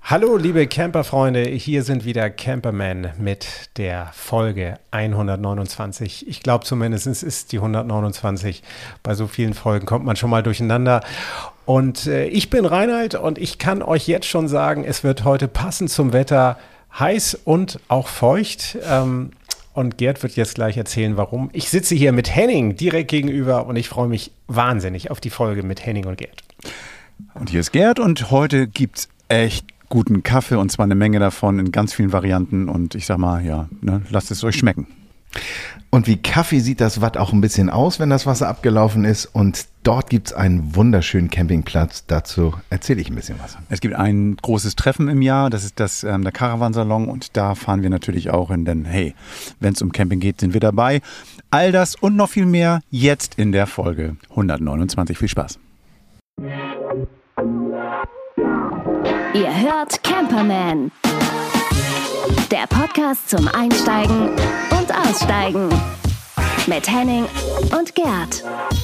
Hallo liebe Camperfreunde, hier sind wieder Camperman mit der Folge 129. Ich glaube zumindest es ist die 129. Bei so vielen Folgen kommt man schon mal durcheinander. Und ich bin Reinhard und ich kann euch jetzt schon sagen, es wird heute passend zum Wetter heiß und auch feucht. Und Gerd wird jetzt gleich erzählen, warum. Ich sitze hier mit Henning direkt gegenüber und ich freue mich wahnsinnig auf die Folge mit Henning und Gerd. Und hier ist Gerd und heute gibt's echt guten Kaffee und zwar eine Menge davon in ganz vielen Varianten und ich sag mal, ja, lasst es euch schmecken. Und wie Kaffee sieht das Watt auch ein bisschen aus, wenn das Wasser abgelaufen ist und dort gibt es einen wunderschönen Campingplatz, dazu erzähle ich ein bisschen was. Es gibt ein großes Treffen im Jahr, das ist der Caravansalon und da fahren wir natürlich auch hin, denn hey, wenn es um Camping geht, sind wir dabei. All das und noch viel mehr jetzt in der Folge 129. Viel Spaß. Ihr hört Camperman, der Podcast zum Einsteigen und Aussteigen mit Henning und Gerd.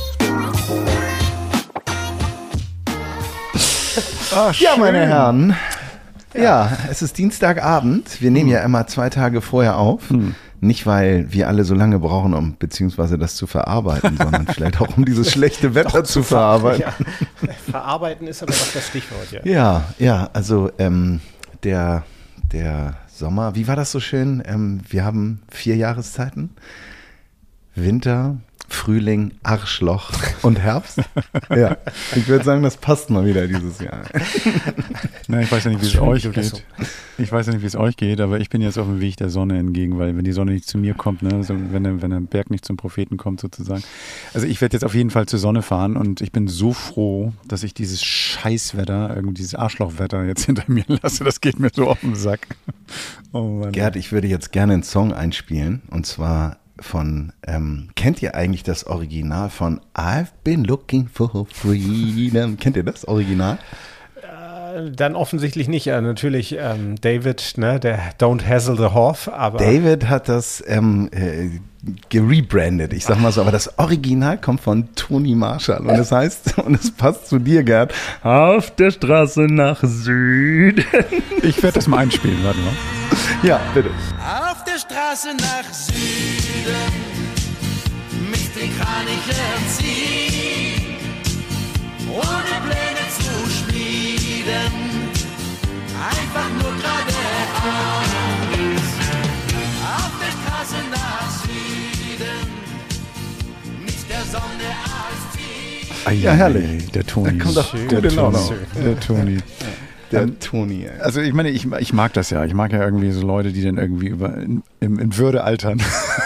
Ja, meine Herren, ja, es ist Dienstagabend. Wir nehmen ja immer 2 Tage vorher auf. Nicht, weil wir alle so lange brauchen, um beziehungsweise das zu verarbeiten, sondern vielleicht auch, um dieses schlechte Wetter zu verarbeiten. Ja. Verarbeiten ist aber doch das Stichwort, ja. Ja, also der Sommer, wie war das so schön? Wir haben 4 Jahreszeiten. Winter, Frühling, Arschloch und Herbst. Ja, ich würde sagen, das passt mal wieder dieses Jahr. Na, ich weiß ja nicht, wie es euch geht. Ich weiß ja nicht, wie es euch geht, aber ich bin jetzt auf dem Weg der Sonne entgegen, weil wenn die Sonne nicht zu mir kommt, ne, so, wenn der Berg nicht zum Propheten kommt sozusagen. Also ich werde jetzt auf jeden Fall zur Sonne fahren und ich bin so froh, dass ich dieses Scheißwetter, irgendwie dieses Arschlochwetter jetzt hinter mir lasse. Das geht mir so auf den Sack. Oh Mann. Gerd, ich würde jetzt gerne einen Song einspielen und zwar von, kennt ihr eigentlich das Original von I've been looking for freedom? Kennt ihr das Original? Dann offensichtlich nicht. Natürlich David, ne, der Don't Hassle the Horse. Aber David hat das gerebrandet, ich sag mal so, aber das Original kommt von Toni Marshall und das heißt, und es passt zu dir, Gerd, auf der Straße nach Süden. Ich werde das mal einspielen, warte mal. Ja, bitte. Auf der Straße nach Süden mit den Kranichen ziehen, ohne Pläne zu schmieden, einfach nur geradeaus. Auf der Straße nach Süden mit der Sonne als Ziel. Ja, herrlich. Der Toni. Da kommt doch gute Laune auf. Der Toni. Der Toni, ey. Also ich meine, ich mag das ja. Ich mag ja irgendwie so Leute, die dann irgendwie in Würde altern.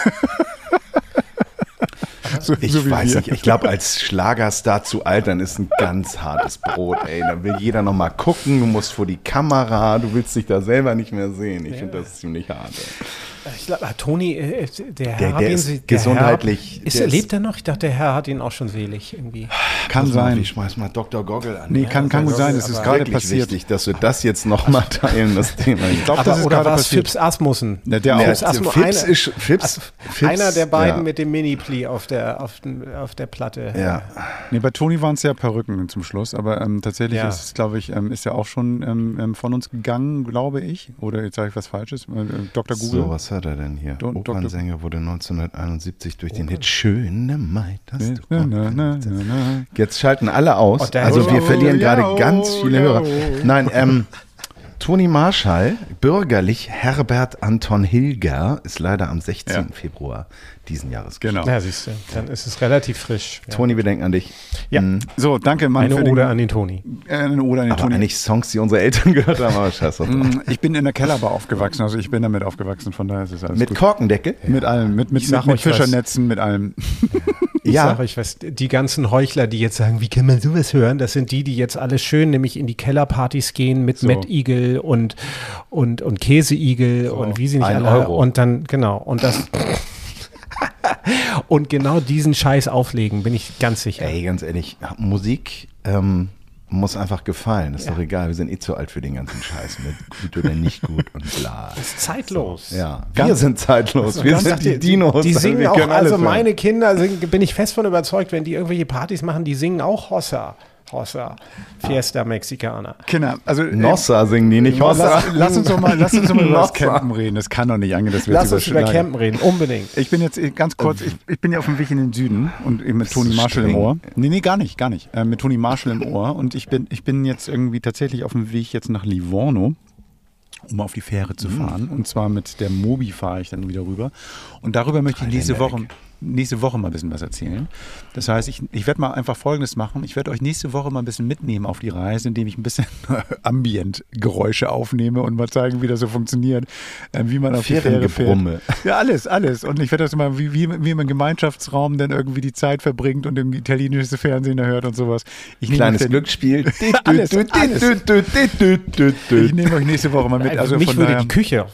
Ich weiß nicht, ich glaube, als Schlagerstar zu altern ist ein ganz hartes Brot, ey. Da will jeder noch mal gucken, du musst vor die Kamera, du willst dich da selber nicht mehr sehen. Ich finde das ziemlich hart, ey. Ich glaube, Toni, der Herr der ist gesundheitlich. Lebt er noch? Ich dachte, der Herr hat ihn auch schon selig irgendwie. Kann sein. Ich schmeiß mal Dr. Goggle an. Nee, kann gut sein, das ist gerade passiert. Wichtig, dass wir das jetzt noch mal teilen, das Thema. Ich glaube, das ist oder gerade war es passiert. Fips Asmussen? Na, der auch. Fips, einer der beiden ja. mit dem Mini-Pli auf der Platte. Ja. Nee, bei Toni waren es ja Perücken zum Schluss, aber tatsächlich Ja. ist es, glaube ich, ist ja auch schon von uns gegangen, glaube ich. Oder jetzt sage ich was Falsches. Dr. Google. So, was hat er denn hier? Opernsänger wurde 1971 durch den Hit Schöne Maid. Jetzt schalten alle aus. Also wir verlieren gerade ganz viele Hörer. Nein, Toni Marshall, bürgerlich Herbert Anton Hilger, ist leider am 16. Februar diesen Jahres Genau. Ja, siehst du, dann ist es relativ frisch. Ja. Toni, wir denken an dich. Ja. So, danke, Mann. Eine Ode an den Toni. Eine Ode an den Aber Toni. eigentlich Songs, die unsere Eltern gehört haben, aber scheiße. Ich bin in der Kellerbar aufgewachsen, also ich bin damit aufgewachsen, von daher ist es alles Mit gut. Korkendeckel? Mit allem, mit Fischernetzen, mit allem. Ich sage euch was, die ganzen Heuchler, die jetzt sagen, wie kann man sowas hören, das sind die jetzt alles schön, nämlich in die Kellerpartys gehen mit So. Mettigel und Käseigel und wie sie nicht 1 alle. Euro. Und dann, genau, und das und genau diesen Scheiß auflegen, bin ich ganz sicher. Ey, ganz ehrlich, Musik muss einfach gefallen. Ist doch egal, wir sind eh zu alt für den ganzen Scheiß mit gut oder nicht gut und bla. Das ist zeitlos. Ja, wir sind zeitlos. Wir sind die Dinos. Die singen wir auch, können alles also hören. meine Kinder, bin ich fest von überzeugt, wenn die irgendwelche Partys machen, die singen auch Hossa. Hossa. Fiesta Mexicana. Genau, also Nossa singen die nicht, Hossa. Lass uns doch mal über das Campen reden. Das kann doch nicht angehen, dass wir Lass uns über Campen reden, unbedingt. Ich bin jetzt ganz kurz, ich bin ja auf dem Weg in den Süden und eben mit Toni Marshall im Ohr. Nee, gar nicht. Mit Toni Marshall im Ohr und ich bin jetzt irgendwie tatsächlich auf dem Weg jetzt nach Livorno, um auf die Fähre zu fahren. Und zwar mit der Mobi fahre ich dann wieder rüber. Und darüber möchte ich nächste Woche mal ein bisschen was erzählen. Das heißt, ich werde mal einfach Folgendes machen. Ich werde euch nächste Woche mal ein bisschen mitnehmen auf die Reise, indem ich ein bisschen Ambient-Geräusche aufnehme und mal zeigen, wie das so funktioniert. Wie man auf die Fähre fährt. Ja, alles. Und ich werde das mal, wie man im Gemeinschaftsraum dann irgendwie die Zeit verbringt und im italienisches Fernsehen hört und sowas. Kleines Glücksspiel. Alles. Ich nehme euch nächste Woche mal mit. Also mich würde die Küche.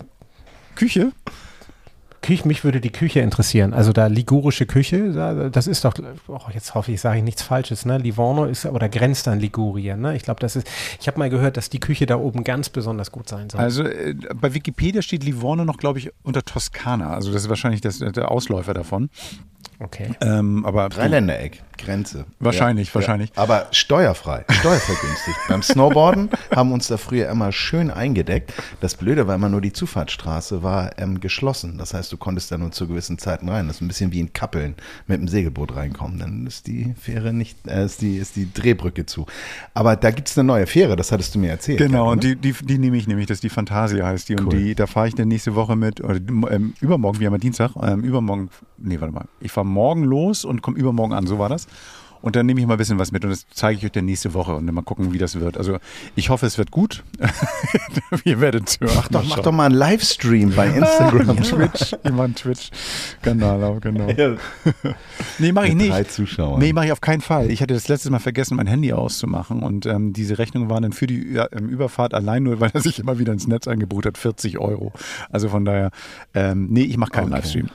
Mich würde die Küche interessieren. Also da ligurische Küche, das ist doch, jetzt hoffe ich, sage ich nichts Falsches, ne? Livorno ist oder grenzt an Ligurien, ne? Ich glaube, ich habe mal gehört, dass die Küche da oben ganz besonders gut sein soll. Also bei Wikipedia steht Livorno noch, glaube ich, unter Toskana. Also das ist wahrscheinlich der Ausläufer davon. Okay. Aber Dreiländereck, Grenze. Wahrscheinlich. Aber steuerfrei, steuervergünstigt. Beim Snowboarden haben uns da früher immer schön eingedeckt. Das Blöde war immer nur, die Zufahrtsstraße war geschlossen. Das heißt, du konntest da nur zu gewissen Zeiten rein. Das ist ein bisschen wie in Kappeln mit dem Segelboot reinkommen. Dann ist die Fähre nicht, ist die Drehbrücke zu. Aber da gibt es eine neue Fähre, das hattest du mir erzählt. Genau, und die nehme ich nämlich, das ist die Fantasia heißt die. Cool. Und da fahre ich dann nächste Woche mit, oder übermorgen, wir haben ja Dienstag, ich fahre morgen los und komme übermorgen an, so war das. Und dann nehme ich mal ein bisschen was mit und das zeige ich euch dann nächste Woche und dann mal gucken, wie das wird. Also ich hoffe, es wird gut. Ihr werdet es hören. Mach doch mal einen Livestream bei Instagram. Twitch. Ich mache einen Twitch-Kanal auf, genau. Ja. Nee, mache ich nicht. 3 Zuschauer. Nee, mache ich auf keinen Fall. Ich hatte das letztes Mal vergessen, mein Handy auszumachen und diese Rechnung war dann für die Überfahrt allein nur, weil er sich immer wieder ins Netz eingebucht hat, 40 €. Also von daher, nee, ich mache keinen Livestream.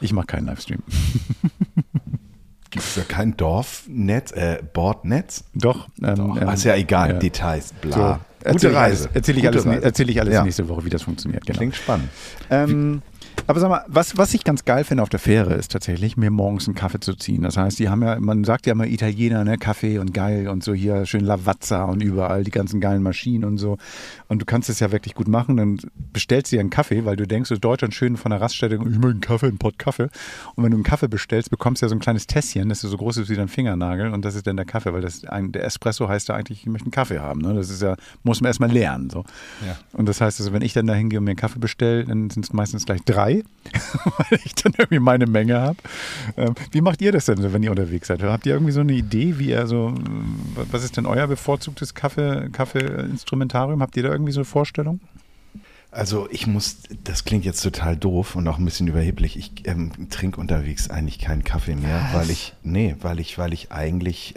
Gibt es da kein Dorfnetz, Bordnetz? Doch. Ist ja egal, ja. Details, bla. So, Gute Reise. Erzähle ich alles nächste Woche, wie das funktioniert. Genau. Klingt spannend. Aber sag mal, was ich ganz geil finde auf der Fähre ist tatsächlich, mir morgens einen Kaffee zu ziehen. Das heißt, man sagt ja immer Italiener, ne, Kaffee und geil und so hier schön Lavazza und überall die ganzen geilen Maschinen und so. Und du kannst es ja wirklich gut machen. Dann bestellst du dir einen Kaffee, weil du denkst, in Deutschland schön von der Raststätte, ich möchte einen Kaffee, einen Pott Kaffee. Und wenn du einen Kaffee bestellst, bekommst du ja so ein kleines Tässchen, das ist so groß ist wie dein Fingernagel und das ist dann der Kaffee, weil der Espresso heißt ja eigentlich, ich möchte einen Kaffee haben. Ne? Das ist ja, muss man erstmal lernen. So. Ja. Und das heißt also, wenn ich dann da hingehe und mir einen Kaffee bestelle, dann sind es meistens gleich 3. Weil ich dann irgendwie meine Menge habe. Wie macht ihr das denn so, wenn ihr unterwegs seid? Habt ihr irgendwie so eine Idee, was ist denn euer bevorzugtes Kaffee-Instrumentarium? Habt ihr da irgendwie so eine Vorstellung? Also das klingt jetzt total doof und auch ein bisschen überheblich. Ich trinke unterwegs eigentlich keinen Kaffee mehr, weil ich eigentlich,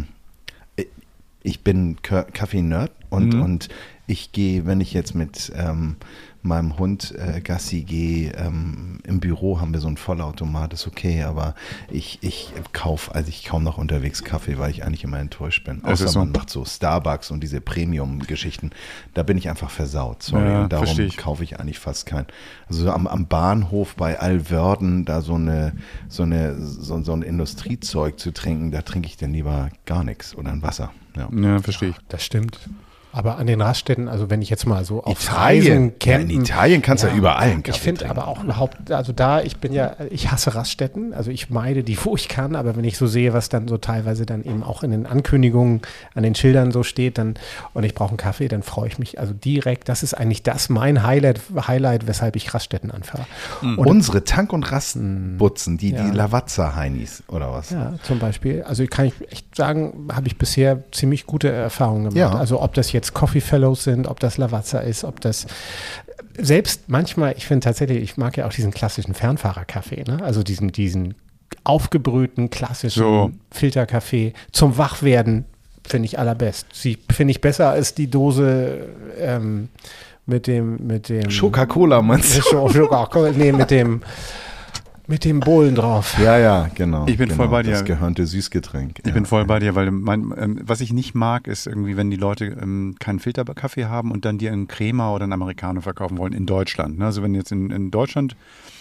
ich bin Kaffee-Nerd und ich gehe, wenn ich jetzt mit meinem Hund Gassi gehe, im Büro haben wir so einen Vollautomat, ist okay, aber ich kaufe kaum noch unterwegs Kaffee, weil ich eigentlich immer enttäuscht bin. Außer man macht so Starbucks und diese Premium-Geschichten, da bin ich einfach versaut, sorry, ja, und darum kaufe ich eigentlich fast keinen. Also am Bahnhof bei Alverden da so ein Industriezeug zu trinken, da trinke ich dann lieber gar nichts oder ein Wasser. Ja, verstehe ich. Das stimmt. Aber an den Raststätten, also wenn ich jetzt mal so auf Reisen campen. In Italien kannst du ja überall einen Kaffee Ich finde aber auch ich hasse Raststätten, also ich meide die, wo ich kann, aber wenn ich so sehe, was dann so teilweise dann eben auch in den Ankündigungen an den Schildern so steht und ich brauche einen Kaffee, dann freue ich mich also direkt, das ist eigentlich mein Highlight, weshalb ich Raststätten anfahre. Und unsere Tank- und Rastbutzen, die Lavazza-Heinis oder was? Ja, zum Beispiel, also kann ich echt sagen, habe ich bisher ziemlich gute Erfahrungen gemacht. Ja. Also ob das jetzt Coffee Fellows sind, ob das Lavazza ist, ob das selbst manchmal, ich finde tatsächlich, ich mag ja auch diesen klassischen Fernfahrerkaffee, ne? Also diesen aufgebrühten, klassischen Filterkaffee zum Wachwerden finde ich allerbest. Sie finde ich besser als die Dose mit dem Coca-Cola, meinst du? Mit dem Bohlen drauf. Ja, genau. Ich bin voll bei dir. Das gehörnte Süßgetränk. Ich bin voll bei dir, weil was ich nicht mag, ist irgendwie, wenn die Leute keinen Filterkaffee haben und dann dir einen Crema oder einen Americano verkaufen wollen in Deutschland. Ne? Also wenn jetzt in Deutschland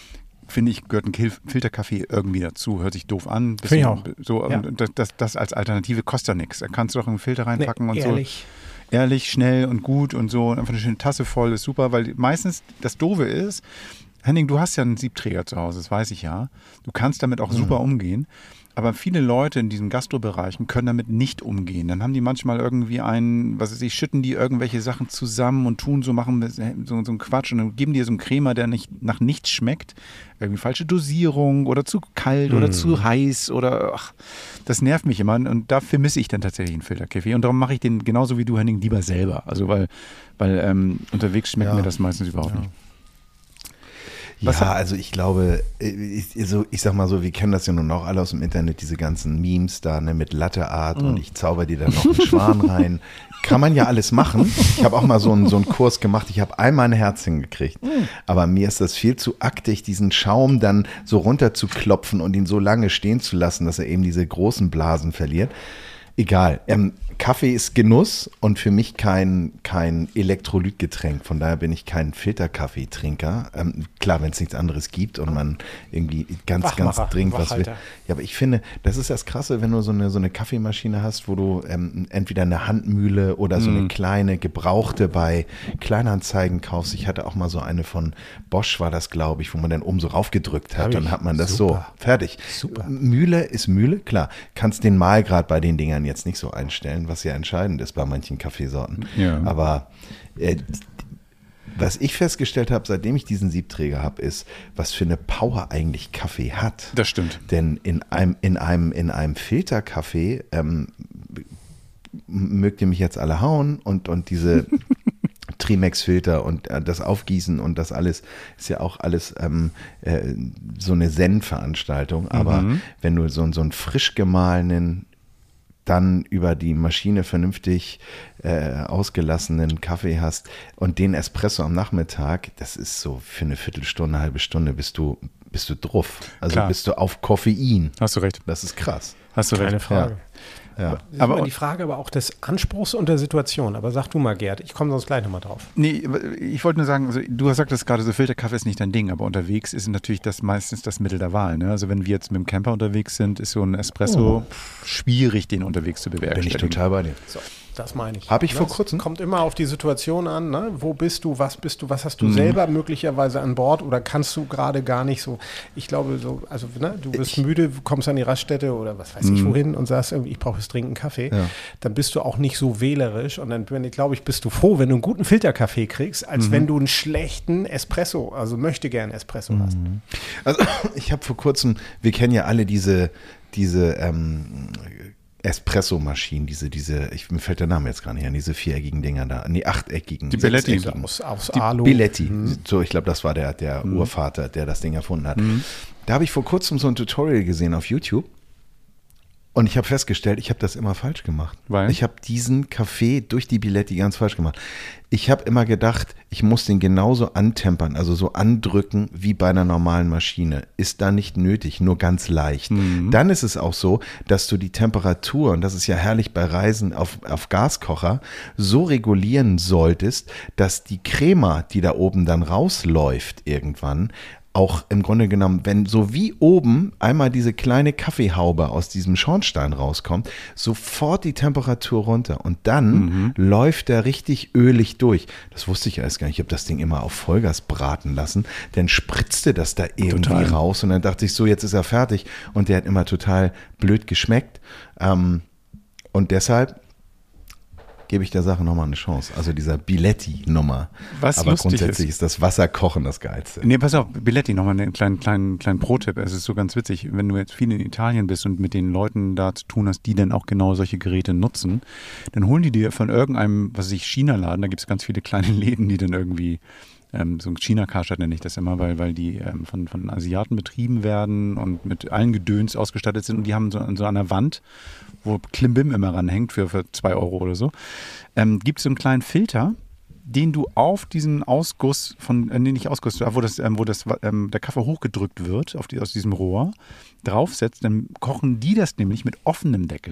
finde ich, gehört ein Filterkaffee irgendwie dazu. Hört sich doof an. Finde ich auch. So, Ja. und das als Alternative kostet ja nichts. Da kannst du doch einen Filter reinpacken und ehrlich. so. Ehrlich, schnell und gut und so. Und einfach eine schöne Tasse voll ist super, weil meistens das Doofe ist, Henning, du hast ja einen Siebträger zu Hause, das weiß ich ja. Du kannst damit auch super umgehen. Aber viele Leute in diesen Gastrobereichen können damit nicht umgehen. Dann haben die manchmal irgendwie schütten die irgendwelche Sachen zusammen und machen so einen Quatsch und dann geben die so einen Crema, der nicht nach nichts schmeckt. Irgendwie falsche Dosierung oder zu kalt oder zu heiß oder das nervt mich immer. Und da vermisse ich dann tatsächlich einen Filterkaffee. Und darum mache ich den genauso wie du, Henning, lieber selber. Also weil unterwegs schmeckt mir das meistens überhaupt nicht. Also ich glaube, ich sag mal so, wir kennen das ja nun auch alle aus dem Internet, diese ganzen Memes da, ne, mit Latte Art und ich zauber dir dann noch einen Schwan rein. Kann man ja alles machen. Ich habe auch mal so einen Kurs gemacht, ich habe einmal ein Herz hingekriegt, aber mir ist das viel zu aktig, diesen Schaum dann so runter zu klopfen und ihn so lange stehen zu lassen, dass er eben diese großen Blasen verliert. Egal. Kaffee ist Genuss und für mich kein Elektrolytgetränk. Von daher bin ich kein Filterkaffeetrinker. Klar, wenn es nichts anderes gibt und man irgendwie ganz dringend was will. Ja, aber ich finde, das ist das Krasse, wenn du so eine Kaffeemaschine hast, wo du entweder eine Handmühle oder so eine kleine gebrauchte bei Kleinanzeigen kaufst. Ich hatte auch mal so eine von Bosch, war das, glaube ich, wo man dann oben so raufgedrückt hat. Dann hat man das so fertig. Super. Mühle ist Mühle, klar. Kannst den Mahlgrad bei den Dingern jetzt nicht so einstellen, was ja entscheidend ist bei manchen Kaffeesorten. Ja. Aber was ich festgestellt habe, seitdem ich diesen Siebträger habe, ist, was für eine Power eigentlich Kaffee hat. Das stimmt. Denn in einem Filterkaffee mögt ihr mich jetzt alle hauen und diese Trimex-Filter und das Aufgießen und das alles ist ja auch alles so eine Zen-Veranstaltung. Aber wenn du so einen frisch gemahlenen, dann über die Maschine vernünftig ausgelassenen Kaffee hast und den Espresso am Nachmittag, das ist so für eine Viertelstunde, halbe Stunde bist du druff. Also Klar. bist du auf Koffein. Hast du recht. Das ist krass. Hast du recht. Keine Frage. Ja. Das ist aber die Frage aber auch des Anspruchs und der Situation. Aber sag du mal, Gerd, ich komme sonst gleich nochmal drauf. Nee, ich wollte nur sagen, also du sagtest gerade, so Filterkaffee ist nicht dein Ding, aber unterwegs ist natürlich das meistens das Mittel der Wahl. Ne? Also wenn wir jetzt mit dem Camper unterwegs sind, ist so ein Espresso schwierig, den unterwegs zu bewerkstelligen. Bin ich total bei dir. So, das meine ich. Habe ich vor kurzem. Kommt immer auf die Situation an, ne? Wo bist du, was hast du selber möglicherweise an Bord oder kannst du gerade gar nicht so, ich glaube so, also ne, du bist müde, kommst an die Raststätte oder was weiß ich wohin und sagst irgendwie, ich brauche jetzt dringend einen Kaffee, dann bist du auch nicht so wählerisch und dann, glaube ich, bist du froh, wenn du einen guten Filterkaffee kriegst, als wenn du einen schlechten Espresso, also möchte gern Espresso hast. Also ich habe vor kurzem, wir kennen ja alle diese Espresso-Maschinen, mir fällt der Name jetzt gar nicht an, diese viereckigen Dinger da, achteckigen. Die Belletti. Aus Die Alu. Belletti. So, ich glaube, das war der Urvater, der das Ding erfunden hat. Da habe ich vor kurzem so ein Tutorial gesehen auf YouTube und ich habe festgestellt, ich habe das immer falsch gemacht. Weil? Ich habe diesen Kaffee durch die Belletti ganz falsch gemacht. Ich habe immer gedacht, ich muss den genauso antempern, also so andrücken wie bei einer normalen Maschine. Ist da nicht nötig, nur ganz leicht. Dann ist es auch so, dass du die Temperatur, und das ist ja herrlich bei Reisen auf Gaskocher, so regulieren solltest, dass die Crema, die da oben dann rausläuft irgendwann, auch im Grunde genommen, wenn so wie oben einmal diese kleine Kaffeehaube aus diesem Schornstein rauskommt, sofort die Temperatur runter und dann läuft der richtig ölig durch. Das wusste ich erst gar nicht. Ich habe das Ding immer auf Vollgas braten lassen, dann spritzte das da irgendwie raus und dann dachte ich so, jetzt ist er fertig und der hat immer total blöd geschmeckt und deshalb gebe ich der Sache nochmal eine Chance. Also dieser Belletti-Nummer. Was aber lustig grundsätzlich ist das Wasserkochen das Geilste. Nee, pass auf, Belletti, nochmal einen kleinen Pro-Tipp. Es ist so ganz witzig, wenn du jetzt viel in Italien bist und mit den Leuten da zu tun hast, die dann auch genau solche Geräte nutzen, dann holen die dir von irgendeinem, was weiß ich, China-Laden, da gibt es ganz viele kleine Läden, die dann irgendwie so ein China-Karstadt nenne ich das immer, weil die von Asiaten betrieben werden und mit allen Gedöns ausgestattet sind und die haben so an einer Wand, wo Klimbim immer ranhängt für 2 Euro oder so, gibt es so einen kleinen Filter, den du auf diesen Ausguss wo der Kaffee hochgedrückt wird aus diesem Rohr, draufsetzt, dann kochen die das nämlich mit offenem Deckel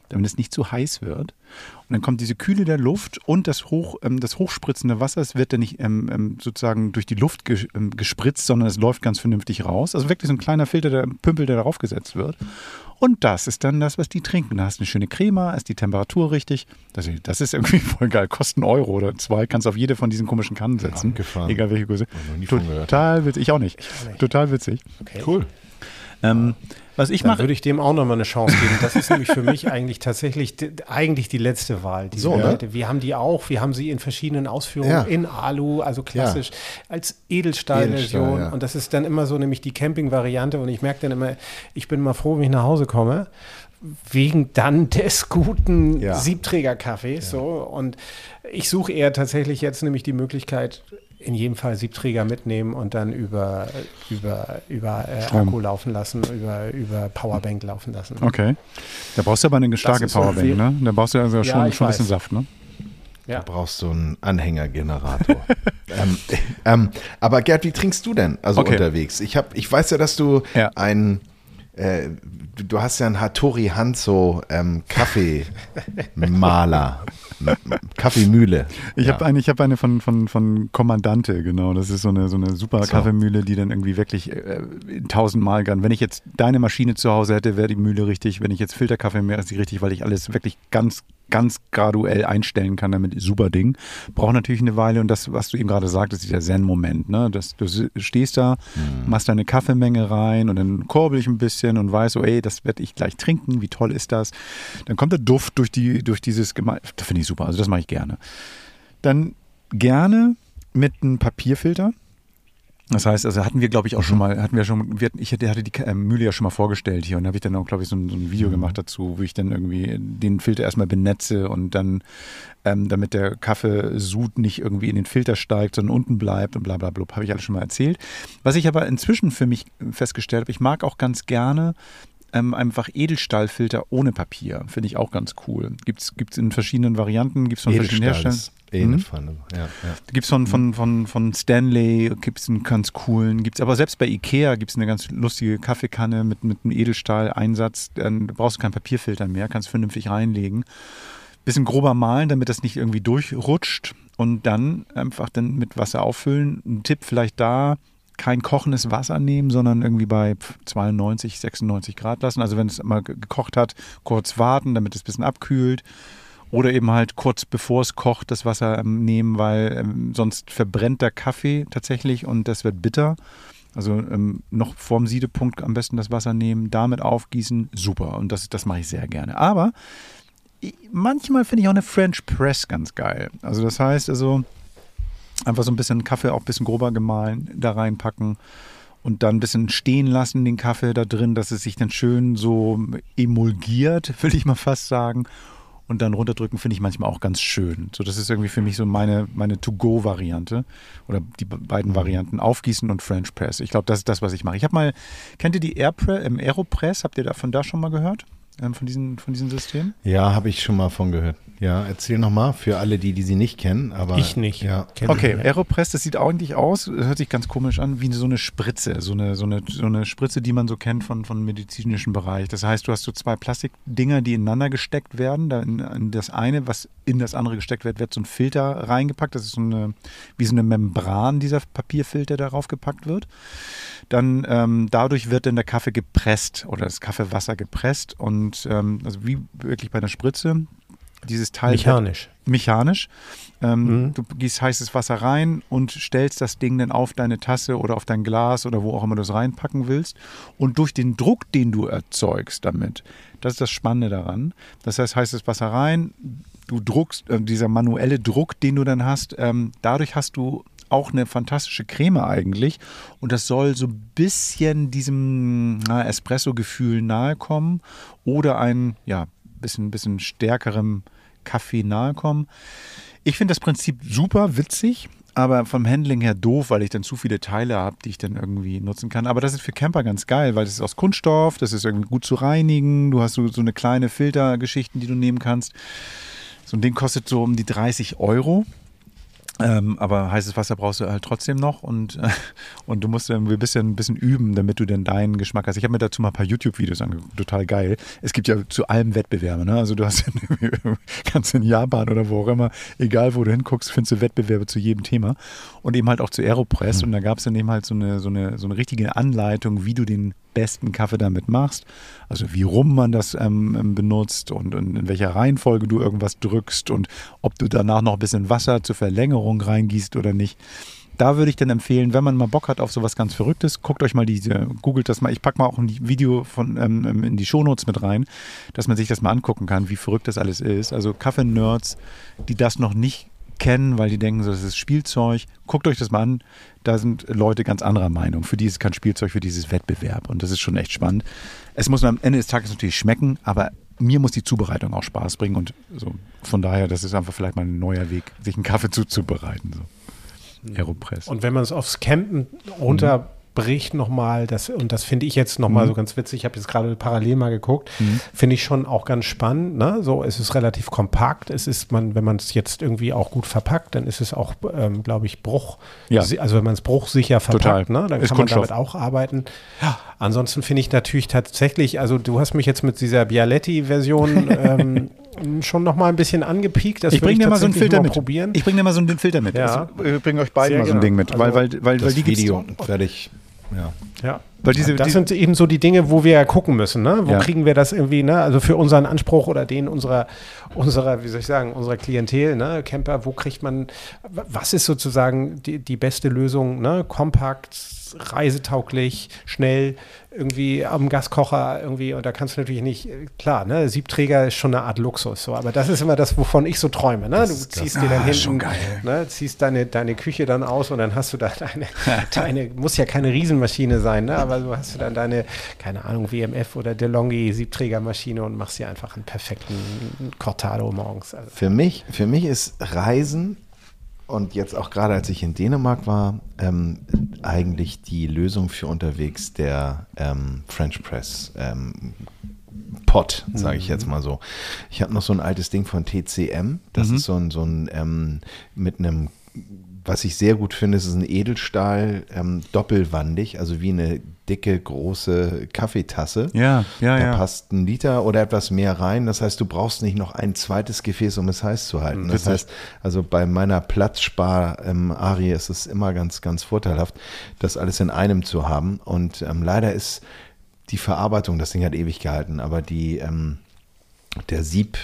damit es nicht zu heiß wird. Und dann kommt diese Kühle der Luft und das hochspritzende Wasser, es wird dann nicht sozusagen durch die Luft gespritzt, sondern es läuft ganz vernünftig raus. Also wirklich so ein kleiner Filter, der Pümpel, der darauf gesetzt wird. Und das ist dann das, was die trinken. Da hast du eine schöne Crema, ist die Temperatur richtig. Das ist irgendwie voll geil. Kostet €1 oder 2, kannst auf jede von diesen komischen Kannen setzen. Abgefahren. Egal welche Größe. Total Total witzig. Ich auch nicht. Total witzig. Okay. Cool. Was ich Dann mache. würde ich dem auch nochmal eine Chance geben. Das ist nämlich für mich eigentlich tatsächlich die letzte Wahl. So, ne? Wir haben die auch. Wir haben sie in verschiedenen Ausführungen, Ja. in Alu, also klassisch, als Edelstahlversion. Edelstahl, ja. Und das ist dann immer so nämlich die Camping-Variante. Und ich merke dann immer, ich bin mal froh, wenn ich nach Hause komme, wegen dann des guten Siebträger-Kaffees. So. Und ich suche eher tatsächlich jetzt nämlich die Möglichkeit, in jedem Fall Siebträger mitnehmen und dann über Akku laufen lassen, über Powerbank laufen lassen. Okay. Da brauchst du aber eine starke ist so Powerbank, viel. ne? Da brauchst du also schon ein bisschen weiß. Saft, ne? Ja. Da brauchst du einen Anhängergenerator. Aber Gerd, wie trinkst du denn unterwegs? Ich weiß ja, dass du du hast ja einen Hattori Hanzo Kaffeemaler, Kaffeemühle. Ich habe eine von Kommandante, genau. Das ist so eine super Kaffeemühle, die dann irgendwie wirklich 1000-mal kann. Wenn ich jetzt deine Maschine zu Hause hätte, wäre die Mühle richtig. Wenn ich jetzt Filterkaffee mehr, ist die richtig, weil ich alles wirklich ganz graduell einstellen kann, damit super Ding. Braucht natürlich eine Weile und das, was du eben gerade sagtest, ist der Zen-Moment. Ne? Du stehst da, machst deine Kaffeemenge rein und dann kurbel ich ein bisschen und weiß so, ey, das werde ich gleich trinken, wie toll ist das? Dann kommt der Duft durch dieses das finde ich super, also das mache ich gerne. Dann gerne mit einem Papierfilter. Das heißt, also hatten wir, glaube ich, auch schon mal, ich hatte die Mühle ja schon mal vorgestellt hier und habe ich dann auch, glaube ich, so ein Video gemacht dazu, wo ich dann irgendwie den Filter erstmal benetze und dann, damit der Kaffeesud nicht irgendwie in den Filter steigt, sondern unten bleibt und bla bla bla, habe ich alles schon mal erzählt. Was ich aber inzwischen für mich festgestellt habe, ich mag auch ganz gerne einfach Edelstahlfilter ohne Papier. Finde ich auch ganz cool. Gibt's in verschiedenen Varianten, gibt es von verschiedenen Herstellern. Eine Pfanne. Ja. Gibt es von Stanley, gibt es einen ganz coolen, gibt es aber selbst bei Ikea gibt es eine ganz lustige Kaffeekanne mit einem Edelstahleinsatz. Dann brauchst du keinen Papierfilter mehr, kannst vernünftig reinlegen. Bisschen grober malen, damit das nicht irgendwie durchrutscht und dann einfach mit Wasser auffüllen. Ein Tipp vielleicht da, kein kochendes Wasser nehmen, sondern irgendwie bei 92, 96 Grad lassen. Also wenn es mal gekocht hat, kurz warten, damit es ein bisschen abkühlt. Oder eben halt kurz bevor es kocht, das Wasser nehmen, weil sonst verbrennt der Kaffee tatsächlich und das wird bitter. Also noch vorm Siedepunkt am besten das Wasser nehmen, damit aufgießen, super. Und das mache ich sehr gerne. Aber manchmal finde ich auch eine French Press ganz geil. Also das heißt einfach so ein bisschen Kaffee, auch ein bisschen grober gemahlen, da reinpacken und dann ein bisschen stehen lassen, den Kaffee da drin, dass es sich dann schön so emulgiert, will ich mal fast sagen. Und dann runterdrücken finde ich manchmal auch ganz schön. So, das ist irgendwie für mich so meine To-Go-Variante oder die beiden Varianten, Aufgießen und French Press. Ich glaube, das ist das, was ich mache. Kennt ihr die Aeropress? Habt ihr davon da schon mal gehört? Von diesen Systemen? Ja, habe ich schon mal von gehört. Ja, erzähl nochmal für alle, die sie nicht kennen. Aber Ich nicht. Ja. Okay, Aeropress, das sieht eigentlich aus, hört sich ganz komisch an, wie so eine Spritze. So eine Spritze, die man so kennt von medizinischen Bereich. Das heißt, du hast so zwei Plastikdinger, die ineinander gesteckt werden. Da in das eine, was in das andere gesteckt wird so ein Filter reingepackt. Das ist wie so eine Membran, dieser Papierfilter, der darauf gepackt wird. Dann dadurch wird dann der Kaffee gepresst oder das Kaffeewasser gepresst und also wie wirklich bei einer Spritze. Dieses Teil mechanisch. Du gießt heißes Wasser rein und stellst das Ding dann auf deine Tasse oder auf dein Glas oder wo auch immer du es reinpacken willst. Und durch den Druck, den du erzeugst damit, das ist das Spannende daran. Das heißt, heißes Wasser rein, du druckst, dieser manuelle Druck, den du dann hast, dadurch hast du auch eine fantastische Creme eigentlich und das soll so ein bisschen diesem Espresso-Gefühl nahe kommen oder ein bisschen stärkerem Kaffee nahe kommen. Ich finde das Prinzip super witzig, aber vom Handling her doof, weil ich dann zu viele Teile habe, die ich dann irgendwie nutzen kann. Aber das ist für Camper ganz geil, weil das ist aus Kunststoff, das ist irgendwie gut zu reinigen, du hast so eine kleine Filtergeschichten, die du nehmen kannst. So ein Ding kostet so um die 30 €. Aber heißes Wasser brauchst du halt trotzdem noch und du musst irgendwie ein bisschen üben, damit du denn deinen Geschmack hast. Ich habe mir dazu mal ein paar YouTube-Videos angeguckt, total geil. Es gibt ja zu allem Wettbewerbe, ne? Also du hast kannst in Japan oder wo auch immer, egal wo du hinguckst, findest du Wettbewerbe zu jedem Thema und eben halt auch zu Aeropress und da gab es dann eben halt so eine richtige Anleitung, wie du den besten Kaffee damit machst, also wie rum man das benutzt und in welcher Reihenfolge du irgendwas drückst und ob du danach noch ein bisschen Wasser zur Verlängerung reingießt oder nicht. Da würde ich dann empfehlen, wenn man mal Bock hat auf sowas ganz Verrücktes, guckt euch mal googelt das mal, ich packe mal auch ein Video in die Shownotes mit rein, dass man sich das mal angucken kann, wie verrückt das alles ist. Also Kaffee-Nerds, die das noch nicht kennen, weil die denken, so, das ist Spielzeug. Guckt euch das mal an. Da sind Leute ganz anderer Meinung. Für die ist es kein Spielzeug, für dieses Wettbewerb. Und das ist schon echt spannend. Es muss am Ende des Tages natürlich schmecken, aber mir muss die Zubereitung auch Spaß bringen. Und so von daher, das ist einfach vielleicht mal ein neuer Weg, sich einen Kaffee zuzubereiten. So. Aeropress. Und wenn man es aufs Campen runterbricht nochmal, und das finde ich jetzt nochmal so ganz witzig, ich habe jetzt gerade parallel mal geguckt, finde ich schon auch ganz spannend, ne? So, es ist relativ kompakt, wenn man es jetzt irgendwie auch gut verpackt, dann ist es auch, glaube ich, also wenn man es bruchsicher verpackt, ne? Dann kann man damit auch arbeiten. Ja. Ansonsten finde ich natürlich tatsächlich, also du hast mich jetzt mit dieser Bialetti-Version schon noch mal ein bisschen angepiekt. Das ich bringe dir mal so einen Filter mit. Probieren. Ich bringe dir mal so einen Filter mit. Ja. Ich bringe euch beiden mal so ein Ding mit. Also weil das die Video fertig. Ja. Weil das sind eben so die Dinge, wo wir ja gucken müssen, ne? Wo kriegen wir das irgendwie, ne? Also für unseren Anspruch oder den unserer, wie soll ich sagen, unserer Klientel, ne? Camper, wo kriegt man, was ist sozusagen die beste Lösung, ne? Kompakt, reisetauglich, schnell, irgendwie am Gaskocher irgendwie, und da kannst du natürlich nicht, klar, ne? Siebträger ist schon eine Art Luxus, so, aber das ist immer das, wovon ich so träume, ne? Du ziehst dir dann hinten, ne? Ziehst deine Küche dann aus und dann hast du da deine muss ja keine Riesenmaschine sein, ne? Aber so hast du dann deine, keine Ahnung, WMF oder DeLonghi Siebträgermaschine und machst dir einfach einen perfekten Cortado morgens. Also. Für mich ist Reisen, und jetzt auch gerade als ich in Dänemark war, eigentlich die Lösung für unterwegs der French Press Pot, sage ich jetzt mal so. Ich habe noch so ein altes Ding von TCM, das ist so ein mit einem, was ich sehr gut finde, ist ein Edelstahl, doppelwandig, also wie eine dicke, große Kaffeetasse. Da passt 1 Liter oder etwas mehr rein. Das heißt, du brauchst nicht noch ein zweites Gefäß, um es heiß zu halten. Das heißt, also bei meiner Platzspar-Arie ist es immer ganz, ganz vorteilhaft, das alles in einem zu haben. Und leider ist die Verarbeitung, das Ding hat ewig gehalten, aber das Sieb,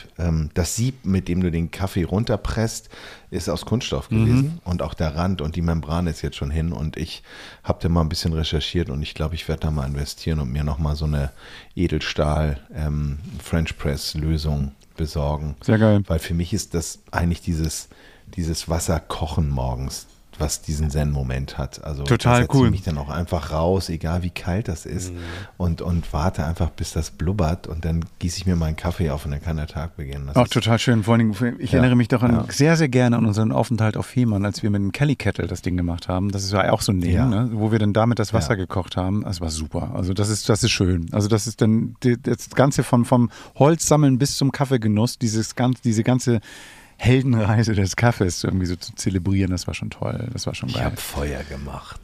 mit dem du den Kaffee runterpresst, ist aus Kunststoff gewesen und auch der Rand und die Membran ist jetzt schon hin und ich habe da mal ein bisschen recherchiert und ich glaube, ich werde da mal investieren und mir nochmal so eine Edelstahl French Press Lösung besorgen. Sehr geil. Weil für mich ist das eigentlich dieses Wasserkochen morgens, was diesen Zen-Moment hat. Also total da setze cool. Ich mich dann auch einfach raus, egal wie kalt das ist und warte einfach, bis das blubbert und dann gieße ich mir meinen Kaffee auf und dann kann der Tag beginnen. Das auch total schön. Vor allen Dingen, ich erinnere mich daran sehr, sehr gerne an unseren Aufenthalt auf Fehmarn, als wir mit dem Kelly Kettle das Ding gemacht haben. Das ist ja auch so ein Ding, ne? Wo wir dann damit das Wasser gekocht haben. Das war super. Also das ist schön. Also das ist dann das Ganze vom Holzsammeln bis zum Kaffeegenuss, diese ganze Heldenreise des Kaffees irgendwie so zu zelebrieren, das war schon toll, das war schon geil. Ich habe Feuer gemacht.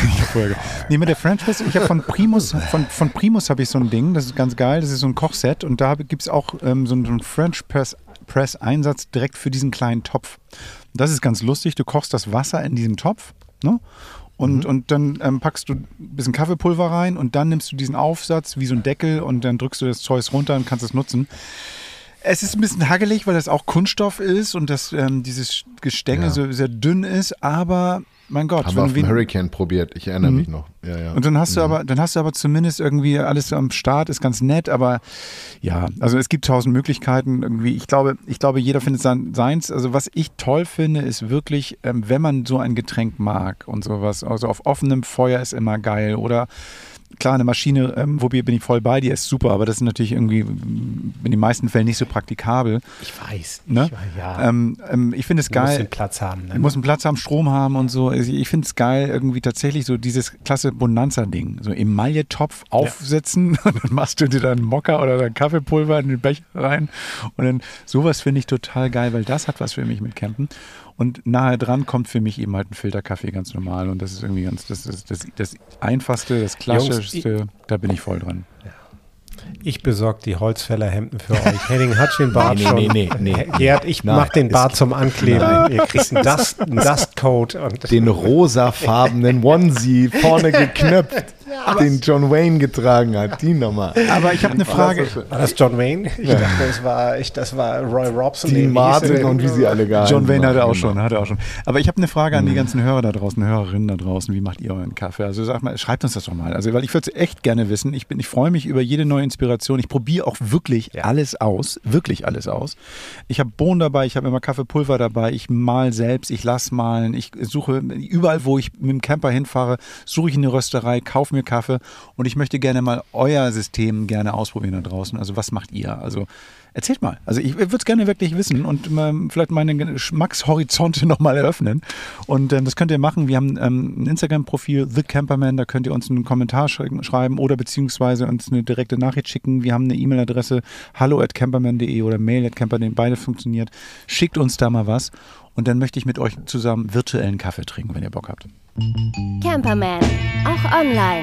Nee, mit der French Press, ich habe von Primus habe ich so ein Ding, das ist ganz geil, das ist so ein Kochset und da gibt es auch so einen French Press Einsatz direkt für diesen kleinen Topf. Das ist ganz lustig, du kochst das Wasser in diesem Topf, ne? Und dann packst du ein bisschen Kaffeepulver rein und dann nimmst du diesen Aufsatz wie so ein Deckel und dann drückst du das Zeug runter und kannst es nutzen. Es ist ein bisschen hagelig, weil das auch Kunststoff ist und das, dieses Gestänge so sehr dünn ist, aber mein Gott. Haben wir auf dem Hurricane probiert, ich erinnere mich noch. Ja. Und dann hast du aber zumindest irgendwie alles am Start, ist ganz nett, aber ja, also es gibt 1000 Möglichkeiten irgendwie. Ich glaube, jeder findet seins. Also was ich toll finde, ist wirklich, wenn man so ein Getränk mag und sowas, also auf offenem Feuer ist immer geil oder klar, eine Maschine, wobei bin ich voll bei dir, ist super, aber das ist natürlich irgendwie in den meisten Fällen nicht so praktikabel. Ich weiß. Ne? Ich finde es geil. Du musst den Platz haben. Ne? Du musst einen Platz haben, Strom haben und so. Ich finde es geil, irgendwie tatsächlich so dieses klasse Bonanza-Ding. So Emaille-Topf aufsetzen und dann machst du dir dann Mokka oder dann Kaffeepulver in den Becher rein und dann sowas finde ich total geil, weil das hat was für mich mit Campen. Und nahe dran kommt für mich eben halt ein Filterkaffee ganz normal. Und das ist irgendwie das Einfachste, das Klassischste, da bin ich voll dran. Ja. Ich besorge die Holzfällerhemden für euch. Henning hat den Bart schon. Nee. Gerd, ich mache den Bart zum Ankleben. Ihr kriegt einen Dustcoat. Und den rosafarbenen Onesie vorne geknöpft, den John Wayne getragen hat. Die Nummer. Aber ich habe eine Frage. War das John Wayne? Ich dachte, das war Roy Robson. Dean Martin und wie sie alle geheißen. John Wayne hatte auch schon. Aber ich habe eine Frage an die ganzen Hörer da draußen, Hörerinnen da draußen. Wie macht ihr euren Kaffee? Also sag mal, schreibt uns das doch mal. Also, weil ich würde es echt gerne wissen. Ich freue mich über jede neue Inspiration. Ich probiere auch wirklich alles aus. Wirklich alles aus. Ich habe Bohnen dabei, ich habe immer Kaffeepulver dabei, ich mal selbst, ich lasse malen, ich suche überall, wo ich mit dem Camper hinfahre, suche ich eine Rösterei, kaufe mir Kaffee und ich möchte gerne mal euer System gerne ausprobieren da draußen. Also was macht ihr? Also erzählt mal. Also ich würde es gerne wirklich wissen und vielleicht meine Geschmackshorizonte nochmal eröffnen. Und das könnt ihr machen. Wir haben ein Instagram-Profil, The Camperman, da könnt ihr uns einen Kommentar schreiben oder beziehungsweise uns eine direkte Nachricht schicken. Wir haben eine E-Mail-Adresse hallo@camperman.de oder mail@camperman.de, beide funktioniert. Schickt uns da mal was und dann möchte ich mit euch zusammen virtuellen Kaffee trinken, wenn ihr Bock habt. Camperman, auch online.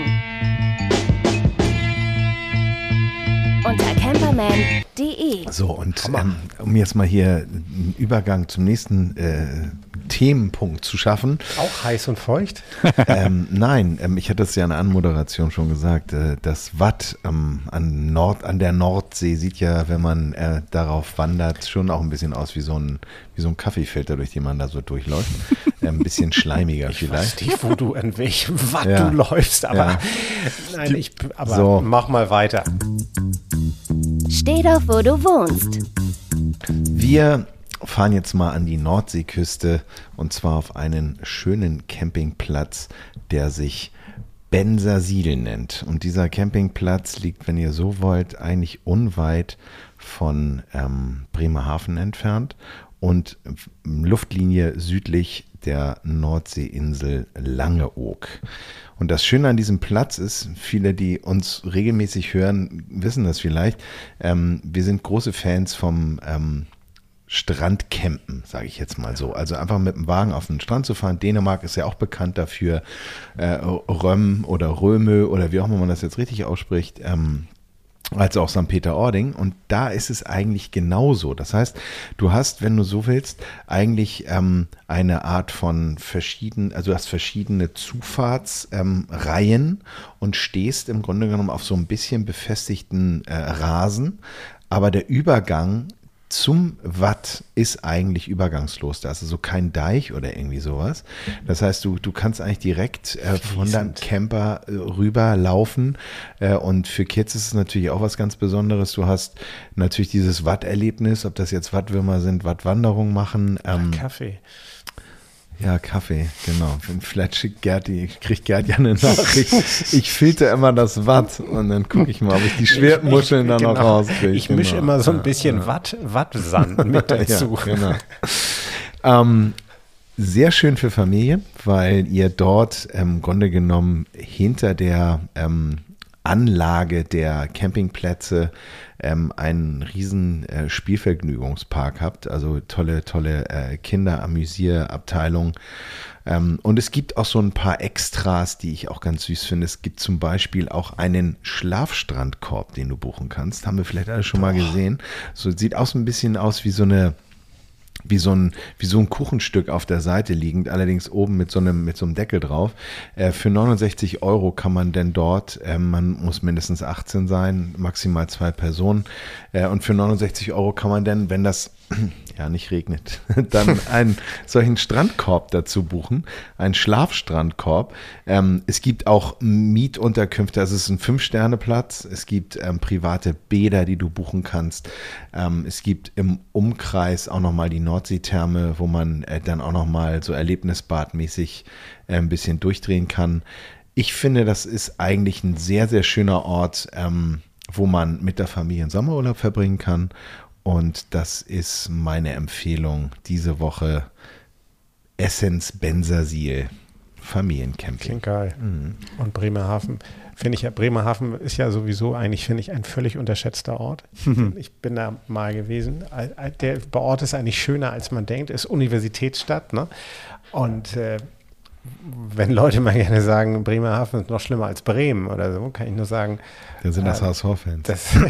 Unter camperman.de. So, und um jetzt mal hier einen Übergang zum nächsten Themenpunkt zu schaffen. Auch heiß und feucht? Nein, ich hatte es ja in der Anmoderation schon gesagt, das Watt an der Nordsee sieht ja, wenn man darauf wandert, schon auch ein bisschen aus wie so ein Kaffeefilter, durch den man da so durchläuft. Ein bisschen schleimiger vielleicht. Ich weiß nicht, an welchem Watt du läufst, aber, mach mal weiter. Steh doch, wo du wohnst. Wir fahren jetzt mal an die Nordseeküste und zwar auf einen schönen Campingplatz, der sich Bensersiel nennt. Und dieser Campingplatz liegt, wenn ihr so wollt, eigentlich unweit von Bremerhaven entfernt und Luftlinie südlich der Nordseeinsel Langeoog. Und das Schöne an diesem Platz ist, viele, die uns regelmäßig hören, wissen das vielleicht, wir sind große Fans vom Strandcampen, sage ich jetzt mal so. Also einfach mit dem Wagen auf den Strand zu fahren. Dänemark ist ja auch bekannt dafür, Röm oder Römö oder wie auch immer man das jetzt richtig ausspricht, als auch St. Peter-Ording. Und da ist es eigentlich genauso. Das heißt, du hast, wenn du so willst, eigentlich eine Art von du hast verschiedene Zufahrtsreihen und stehst im Grunde genommen auf so ein bisschen befestigten Rasen. Aber der Übergang zum Watt ist eigentlich übergangslos. Da ist also kein Deich oder irgendwie sowas. Das heißt, du kannst eigentlich direkt von deinem Camper rüber laufen. Und für Kids ist es natürlich auch was ganz Besonderes. Du hast natürlich dieses Watt-Erlebnis, ob das jetzt Wattwürmer sind, Wattwanderung machen. Kaffee. Ja, Kaffee, genau. Vielleicht kriegt Gerd ja eine Nachricht. Ich filter immer das Watt und dann gucke ich mal, ob ich die Schwertmuscheln dann noch rauskriege. Ich mische immer so ein bisschen Wattsand mit dazu. Ja, genau. Sehr schön für Familie, weil ihr dort im Grunde genommen hinter der Anlage der Campingplätze einen riesen Spielvergnügungspark habt, also tolle Kinderamüsierabteilung. Und es gibt auch so ein paar Extras, die ich auch ganz süß finde. Es gibt zum Beispiel auch einen Schlafstrandkorb, den du buchen kannst. Haben wir vielleicht alle schon mal gesehen. So sieht auch so ein bisschen aus wie so ein Kuchenstück auf der Seite liegend, allerdings oben mit so einem Deckel drauf. Für 69 € kann man denn dort, man muss mindestens 18 sein, maximal 2 Personen. Und für 69 € kann man denn, wenn das nicht regnet, dann einen solchen Strandkorb dazu buchen, einen Schlafstrandkorb. Es gibt auch Mietunterkünfte, also es ist ein 5-Sterne-Platz, es gibt private Bäder, die du buchen kannst. Es gibt im Umkreis auch nochmal die Nordseetherme, wo man dann auch nochmal so erlebnisbadmäßig ein bisschen durchdrehen kann. Ich finde, das ist eigentlich ein sehr, sehr schöner Ort, wo man mit der Familie einen Sommerurlaub verbringen kann. Und das ist meine Empfehlung diese Woche. Essence Bensersiel. Familiencamping. Klingt geil. Und Bremerhaven, finde ich ja, Bremerhaven ist ja sowieso eigentlich, finde ich, ein völlig unterschätzter Ort. Ich bin da mal gewesen. Der Ort ist eigentlich schöner, als man denkt. Ist Universitätsstadt, ne? Und wenn Leute mal gerne sagen, Bremerhaven ist noch schlimmer als Bremen oder so, kann ich nur sagen. Da sind das HSV-Fans.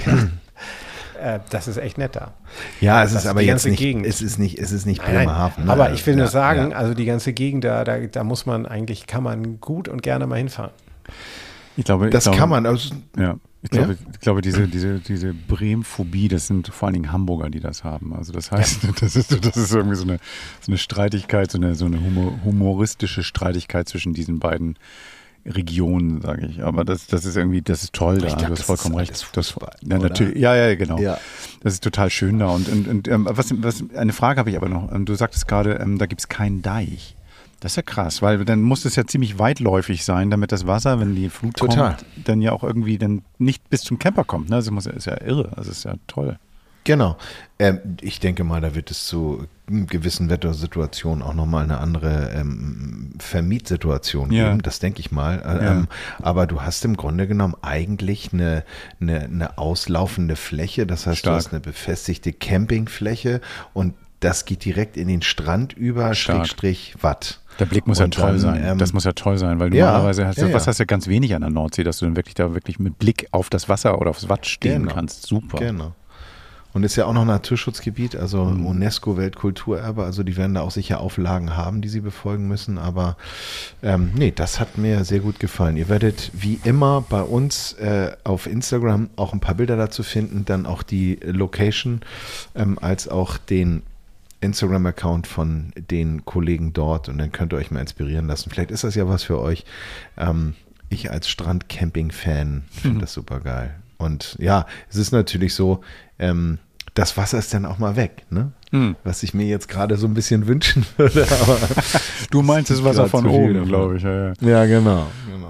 Das ist echt nett da. Ja, es ist aber jetzt nicht, Gegend. es ist nicht Bremerhaven. Nein, aber ich will nur sagen, also die ganze Gegend, da muss man eigentlich, kann man gut und gerne mal hinfahren. Ich glaube, kann man. Also, ich glaube, diese Bremen-Phobie, das sind vor allen Dingen Hamburger, die das haben. Also das heißt, das ist irgendwie so eine Streitigkeit, so eine humoristische Streitigkeit zwischen diesen beiden Regionen, sage ich. Aber das ist irgendwie, das ist toll da. Du hast vollkommen recht. Ja, natürlich. Ja, genau. Ja. Das ist total schön da. Und eine Frage habe ich aber noch. Du sagtest gerade, da gibt es keinen Deich. Das ist ja krass, weil dann muss es ja ziemlich weitläufig sein, damit das Wasser, wenn die Flut kommt, dann ja auch irgendwie dann nicht bis zum Camper kommt. Ne? Das ist ja irre, das ist ja toll. Genau. Ich denke mal, da wird es zu gewissen Wettersituationen auch nochmal eine andere Vermietsituation geben, das denke ich mal. Aber du hast im Grunde genommen eigentlich eine auslaufende Fläche, das heißt, du hast eine befestigte Campingfläche und das geht direkt in den Strand über, Schrägstrich Watt. Der Blick muss ja toll sein. Das muss ja toll sein, weil normalerweise hast du ja ganz wenig an der Nordsee, dass du dann wirklich mit Blick auf das Wasser oder aufs Watt stehen kannst. Super. Genau. Und ist ja auch noch ein Naturschutzgebiet, also UNESCO-Weltkulturerbe, also die werden da auch sicher Auflagen haben, die sie befolgen müssen, aber das hat mir sehr gut gefallen. Ihr werdet wie immer bei uns auf Instagram auch ein paar Bilder dazu finden, dann auch die Location als auch den Instagram-Account von den Kollegen dort und dann könnt ihr euch mal inspirieren lassen. Vielleicht ist das ja was für euch. Ich als Strandcamping-Fan finde das super geil. Und ja, es ist natürlich so, das Wasser ist dann auch mal weg, ne? Was ich mir jetzt gerade so ein bisschen wünschen würde. Aber du meinst das Wasser von oben, glaube ich. Ja, genau.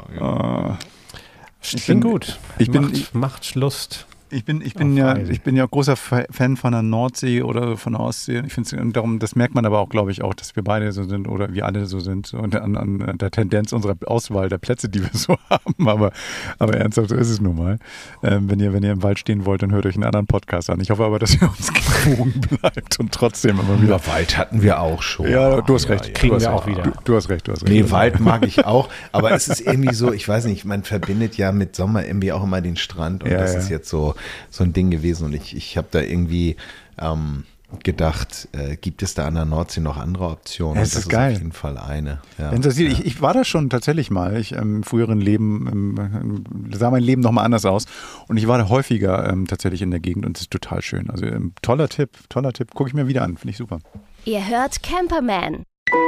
Klingt gut. Macht Lust. Ich bin ja großer Fan von der Nordsee oder von der Ostsee. Ich finde es darum, das merkt man aber auch, glaube ich, auch, dass wir beide so sind oder wir alle so sind und an der Tendenz unserer Auswahl der Plätze, die wir so haben. Aber ernsthaft, so ist es nun mal. Wenn ihr im Wald stehen wollt, dann hört euch einen anderen Podcast an. Ich hoffe aber, dass ihr uns gewogen bleibt und trotzdem immer wieder. Ja, Wald hatten wir auch schon. Ja, du hast recht. Kriegen wir auch wieder. Du hast recht. Nee, Wald mag ich auch. Aber es ist irgendwie so, ich weiß nicht, man verbindet ja mit Sommer irgendwie auch immer den Strand und das ist jetzt so ein Ding gewesen und ich habe da irgendwie gedacht, gibt es da an der Nordsee noch andere Optionen? Das ist geil. Auf jeden Fall eine. Ja. Ich war da schon tatsächlich mal. Im früheren Leben sah mein Leben nochmal anders aus und ich war da häufiger tatsächlich in der Gegend und es ist total schön. Also toller Tipp. Gucke ich mir wieder an, finde ich super. Ihr hört Camperman.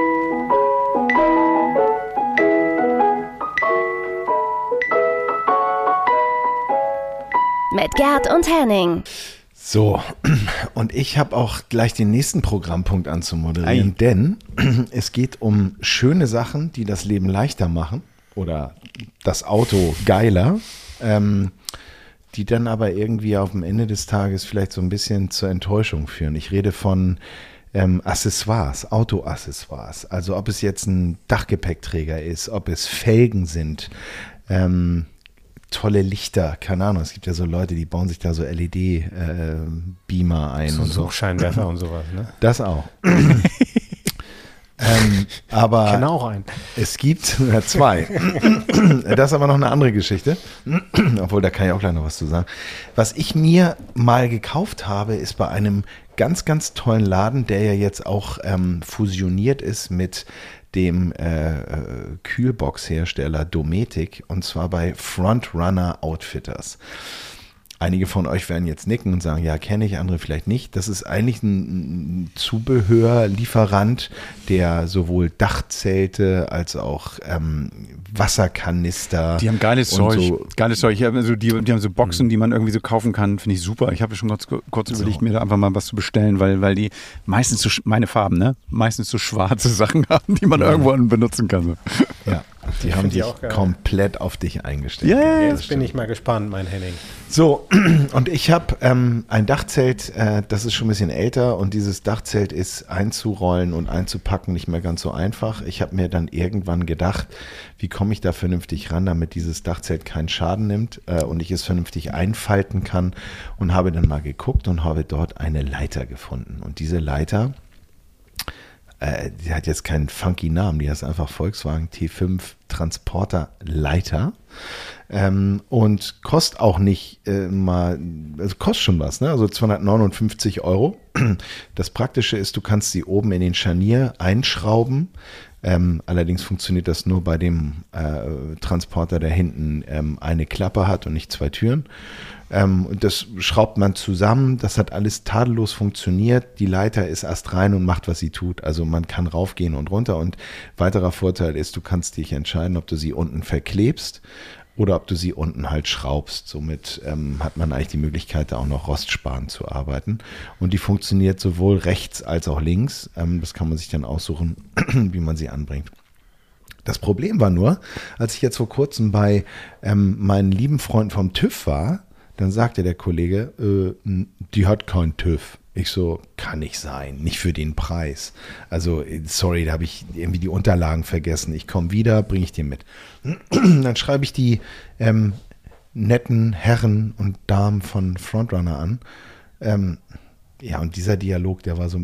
Mit Gerd und Henning. So, und ich habe auch gleich den nächsten Programmpunkt anzumoderieren, denn es geht um schöne Sachen, die das Leben leichter machen oder das Auto geiler, die dann aber irgendwie auf dem Ende des Tages vielleicht so ein bisschen zur Enttäuschung führen. Ich rede von Accessoires, Autoaccessoires, also ob es jetzt ein Dachgepäckträger ist, ob es Felgen sind, tolle Lichter, keine Ahnung, es gibt ja so Leute, die bauen sich da so LED-Beamer ein so und so. Suchscheinwerfer und sowas, ne? Das auch. Aber ich kenne auch einen. Es gibt zwei. Das ist aber noch eine andere Geschichte. Obwohl, da kann ich auch gleich noch was zu sagen. Was ich mir mal gekauft habe, ist bei einem ganz, ganz tollen Laden, der ja jetzt auch fusioniert ist mit dem Kühlbox-Hersteller Dometic und zwar bei Frontrunner Outfitters. Einige von euch werden jetzt nicken und sagen, ja, kenne ich, andere vielleicht nicht. Das ist eigentlich ein Zubehörlieferant, der sowohl Dachzelte als auch Wasserkanister. Die haben geiles Zeug. So. Geiles Zeug. Also die haben so Boxen, die man irgendwie so kaufen kann. Finde ich super. Ich habe schon kurz überlegt, mir da einfach mal was zu bestellen, weil die meistens so, meine Farben, ne? Meistens so schwarze Sachen haben, die man irgendwo benutzen kann. So. Ja, die haben sich komplett auf dich eingestellt. Ja, jetzt bin ich mal gespannt, mein Henning. So, und ich habe ein Dachzelt, das ist schon ein bisschen älter und dieses Dachzelt ist einzurollen und einzupacken nicht mehr ganz so einfach. Ich habe mir dann irgendwann gedacht, wie komme ich da vernünftig ran, damit dieses Dachzelt keinen Schaden nimmt und ich es vernünftig einfalten kann, und habe dann mal geguckt und habe dort eine Leiter gefunden. Und diese Leiter, die hat jetzt keinen funky Namen, die heißt einfach Volkswagen T5 Transporter Leiter. Und kostet auch nicht also kostet schon was, ne? Also 259 €. Das Praktische ist, du kannst sie oben in den Scharnier einschrauben. Allerdings funktioniert das nur bei dem Transporter, der hinten eine Klappe hat und nicht 2 Türen. Und das schraubt man zusammen, das hat alles tadellos funktioniert. Die Leiter ist erst rein und macht, was sie tut. Also man kann raufgehen und runter. Und weiterer Vorteil ist, du kannst dich entscheiden, ob du sie unten verklebst oder ob du sie unten halt schraubst. Somit hat man eigentlich die Möglichkeit, da auch noch rostsparend zu arbeiten. Und die funktioniert sowohl rechts als auch links. Das kann man sich dann aussuchen, wie man sie anbringt. Das Problem war nur, als ich jetzt vor kurzem bei meinen lieben Freunden vom TÜV war, dann sagte der Kollege, die hat keinen TÜV. Ich so, kann nicht sein, nicht für den Preis. Also, sorry, da habe ich irgendwie die Unterlagen vergessen. Ich komme wieder, bringe ich dir mit. Dann schreibe ich die netten Herren und Damen von Frontrunner an. Ja, und dieser Dialog,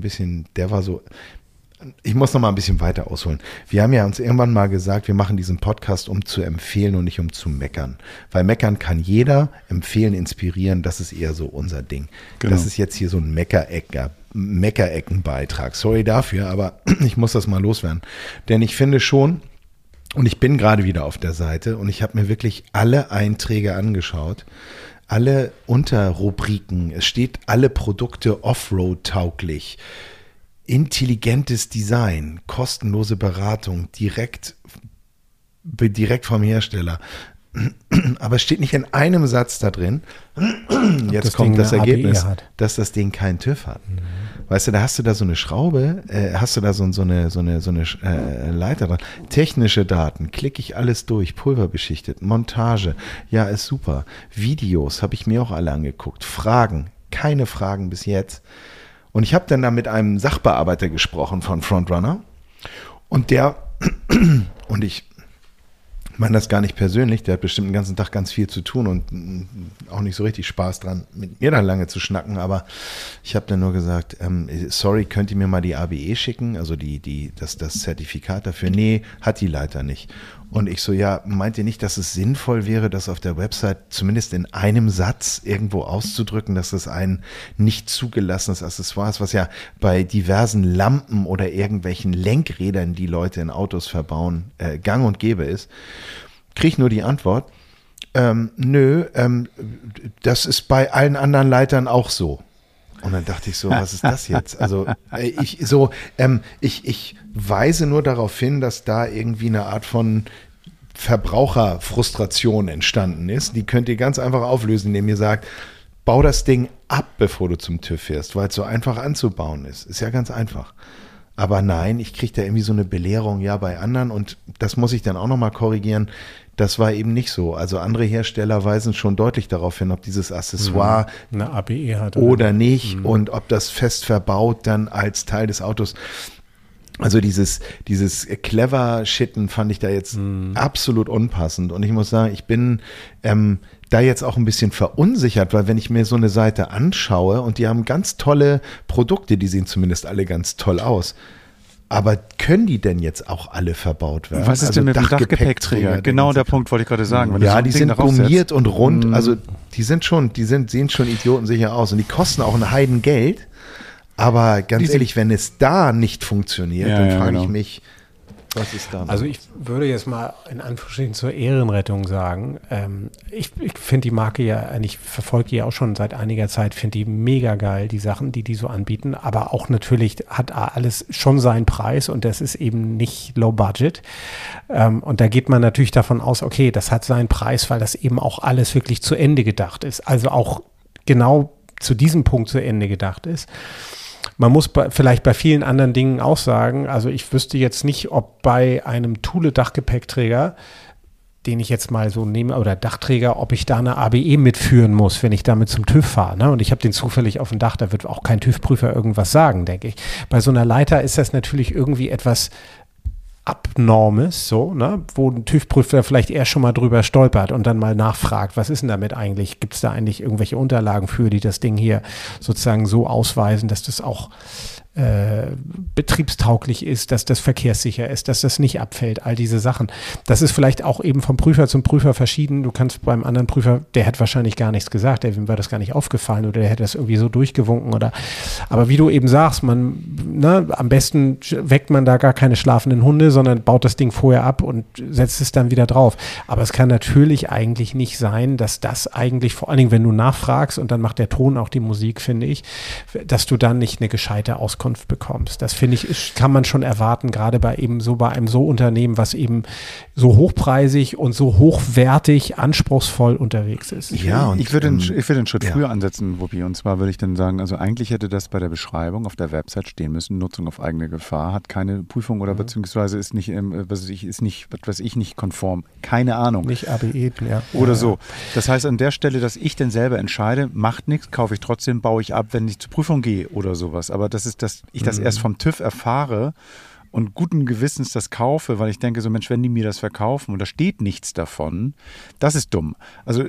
ich muss noch mal ein bisschen weiter ausholen. Wir haben ja uns irgendwann mal gesagt, wir machen diesen Podcast, um zu empfehlen und nicht um zu meckern. Weil meckern kann jeder, empfehlen, inspirieren, das ist eher so unser Ding. Genau. Das ist jetzt hier so ein Meckereckenbeitrag. Sorry dafür, aber ich muss das mal loswerden. Denn ich finde schon, und ich bin gerade wieder auf der Seite und ich habe mir wirklich alle Einträge angeschaut, alle Unterrubriken, es steht alle Produkte Offroad-tauglich. Intelligentes Design, kostenlose Beratung, direkt vom Hersteller. Aber es steht nicht in einem Satz da drin, jetzt kommt das Ergebnis, dass das Ding keinen TÜV hat. Mhm. Weißt du, da hast du da so eine Schraube, hast du da so eine Leiter dran. Technische Daten, klicke ich alles durch, pulverbeschichtet, Montage, ja, ist super. Videos habe ich mir auch alle angeguckt. Fragen, keine Fragen bis jetzt. Und ich habe dann da mit einem Sachbearbeiter gesprochen von Frontrunner und ich meine das gar nicht persönlich, der hat bestimmt den ganzen Tag ganz viel zu tun und auch nicht so richtig Spaß dran, mit mir dann lange zu schnacken, aber ich habe dann nur gesagt, sorry, könnt ihr mir mal die ABE schicken, also das Zertifikat dafür? Nee, hat die Leiter nicht. Und ich so, ja, meint ihr nicht, dass es sinnvoll wäre, das auf der Website zumindest in einem Satz irgendwo auszudrücken, dass es ein nicht zugelassenes Accessoire ist, was ja bei diversen Lampen oder irgendwelchen Lenkrädern, die Leute in Autos verbauen, gang und gäbe ist? Krieg nur die Antwort, nö, das ist bei allen anderen Leitern auch so. Und dann dachte ich so, was ist das jetzt? Also ich weise nur darauf hin, dass da irgendwie eine Art von Verbraucherfrustration entstanden ist. Die könnt ihr ganz einfach auflösen, indem ihr sagt, bau das Ding ab, bevor du zum TÜV fährst, weil es so einfach anzubauen ist. Ist ja ganz einfach. Aber nein, ich kriege da irgendwie so eine Belehrung, ja, bei anderen, und das muss ich dann auch nochmal korrigieren. Das war eben nicht so. Also andere Hersteller weisen schon deutlich darauf hin, ob dieses Accessoire eine ABE hat oder nicht und ob das fest verbaut dann als Teil des Autos. Also dieses clever Shitten fand ich da jetzt absolut unpassend. Und ich muss sagen, ich bin da jetzt auch ein bisschen verunsichert, weil wenn ich mir so eine Seite anschaue und die haben ganz tolle Produkte, die sehen zumindest alle ganz toll aus. Aber können die denn jetzt auch alle verbaut werden? Was ist denn mit dem Dachgepäckträger? Genau der Punkt wollte ich gerade sagen. Ja, die sind gummiert und rund. Also die sehen schon idiotensicher aus. Und die kosten auch ein Heidengeld. Aber ganz ehrlich, wenn es da nicht funktioniert, dann frage ich mich, was ist da? Also ich würde jetzt mal in Anführungsstrichen zur Ehrenrettung sagen, ich finde die Marke ja, ich verfolge die auch schon seit einiger Zeit, finde die mega geil, die Sachen, die so anbieten, aber auch natürlich hat alles schon seinen Preis und das ist eben nicht low budget. Und da geht man natürlich davon aus, okay, das hat seinen Preis, weil das eben auch alles wirklich zu Ende gedacht ist, also auch genau zu diesem Punkt zu Ende gedacht ist. Man muss vielleicht bei vielen anderen Dingen auch sagen, also ich wüsste jetzt nicht, ob bei einem Thule-Dachgepäckträger den ich jetzt mal so nehme, oder Dachträger, ob ich da eine ABE mitführen muss, wenn ich damit zum TÜV fahre. Ne? Und ich habe den zufällig auf dem Dach, da wird auch kein TÜV-Prüfer irgendwas sagen, denke ich. Bei so einer Leiter ist das natürlich irgendwie etwas Abnormes, so, ne? Wo ein TÜV-Prüfer vielleicht eher schon mal drüber stolpert und dann mal nachfragt, was ist denn damit eigentlich? Gibt es da eigentlich irgendwelche Unterlagen für, die das Ding hier sozusagen so ausweisen, dass das auch betriebstauglich ist, dass das verkehrssicher ist, dass das nicht abfällt, all diese Sachen. Das ist vielleicht auch eben vom Prüfer zum Prüfer verschieden. Du kannst beim anderen Prüfer, der hat wahrscheinlich gar nichts gesagt, dem war das gar nicht aufgefallen oder der hätte das irgendwie so durchgewunken oder, aber wie du eben sagst, am besten weckt man da gar keine schlafenden Hunde, sondern baut das Ding vorher ab und setzt es dann wieder drauf. Aber es kann natürlich eigentlich nicht sein, dass das eigentlich, vor allen Dingen, wenn du nachfragst und dann macht der Ton auch die Musik, finde ich, dass du dann nicht eine gescheite Auskunft bekommst. Das finde ich, kann man schon erwarten, gerade bei einem so Unternehmen, was eben so hochpreisig und so hochwertig, anspruchsvoll unterwegs ist. Ja, und ich würde einen Schritt früher ansetzen, Wuppi, und zwar würde ich dann sagen, also eigentlich hätte das bei der Beschreibung auf der Website stehen müssen, Nutzung auf eigene Gefahr, hat keine Prüfung oder beziehungsweise ist nicht, nicht konform. Keine Ahnung. Nicht ABE, ja. Oder so. Das heißt, an der Stelle, dass ich dann selber entscheide, macht nichts, kaufe ich trotzdem, baue ich ab, wenn ich zur Prüfung gehe oder sowas. Aber das ist, dass ich das erst vom TÜV erfahre und guten Gewissens das kaufe, weil ich denke so, Mensch, wenn die mir das verkaufen und da steht nichts davon, das ist dumm. Also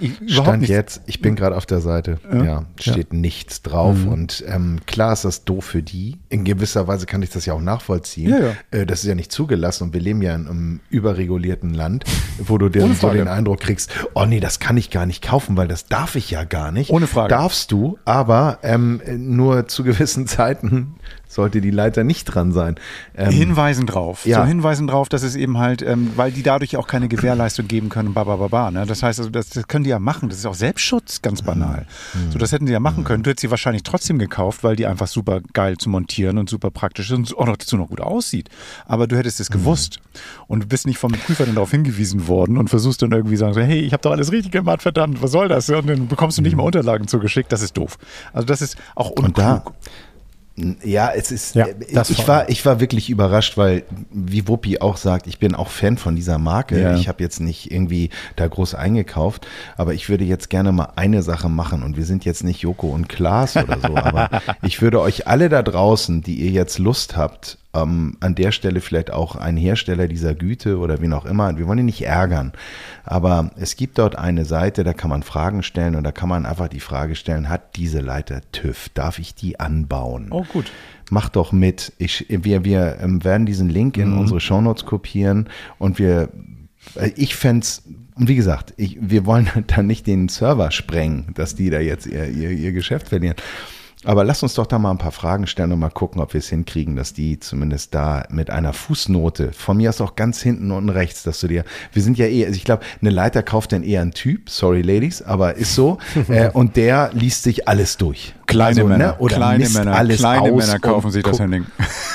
ich bin gerade auf der Seite, steht nichts drauf und klar ist das doof für die. In gewisser Weise kann ich das ja auch nachvollziehen. Ja. Das ist ja nicht zugelassen und wir leben ja in einem überregulierten Land, wo du dir so den Eindruck kriegst, oh nee, das kann ich gar nicht kaufen, weil das darf ich ja gar nicht. Ohne Frage. Darfst du, aber nur zu gewissen Zeiten sollte die Leiter nicht dran sein. Hinweisen drauf. Ja. So hinweisen drauf, dass es eben halt, weil die dadurch auch keine Gewährleistung geben können, ne? Das heißt, also, das können die ja machen. Das ist auch Selbstschutz, ganz banal. So, das hätten sie ja machen können. Du hättest sie wahrscheinlich trotzdem gekauft, weil die einfach super geil zu montieren und super praktisch ist und auch noch dazu noch gut aussieht. Aber du hättest es gewusst. Und du bist nicht vom Prüfer dann darauf hingewiesen worden und versuchst dann irgendwie sagen, so, hey, ich habe doch alles richtig gemacht, verdammt, was soll das? Und dann bekommst du nicht mal Unterlagen zugeschickt. Das ist doof. Also das ist auch unklug. Ja, es ist, ich war wirklich überrascht, weil, wie Wuppi auch sagt, ich bin auch Fan von dieser Marke. Ja. Ich habe jetzt nicht irgendwie da groß eingekauft, aber ich würde jetzt gerne mal eine Sache machen und wir sind jetzt nicht Joko und Klaas oder so, aber ich würde euch alle da draußen, die ihr jetzt Lust habt, an der Stelle vielleicht auch einen Hersteller dieser Güte oder wen auch immer, wir wollen ihn nicht ärgern, aber es gibt dort eine Seite, da kann man Fragen stellen und da kann man einfach die Frage stellen, hat diese Leiter TÜV, darf ich die anbauen? Oh gut. Mach doch mit. Wir werden diesen Link in unsere Shownotes kopieren und ich fände es, und wie gesagt, wir wollen dann nicht den Server sprengen, dass die da jetzt ihr Geschäft verlieren. Aber lass uns doch da mal ein paar Fragen stellen und mal gucken, ob wir es hinkriegen, dass die zumindest da mit einer Fußnote, von mir aus auch ganz hinten unten rechts, dass du dir, wir sind ja also ich glaube, eine Leiter kauft dann eher ein Typ, sorry Ladies, aber ist so, und der liest sich alles durch. Kleine Männer, ne? Oder kleine Männer kaufen sich das Handling.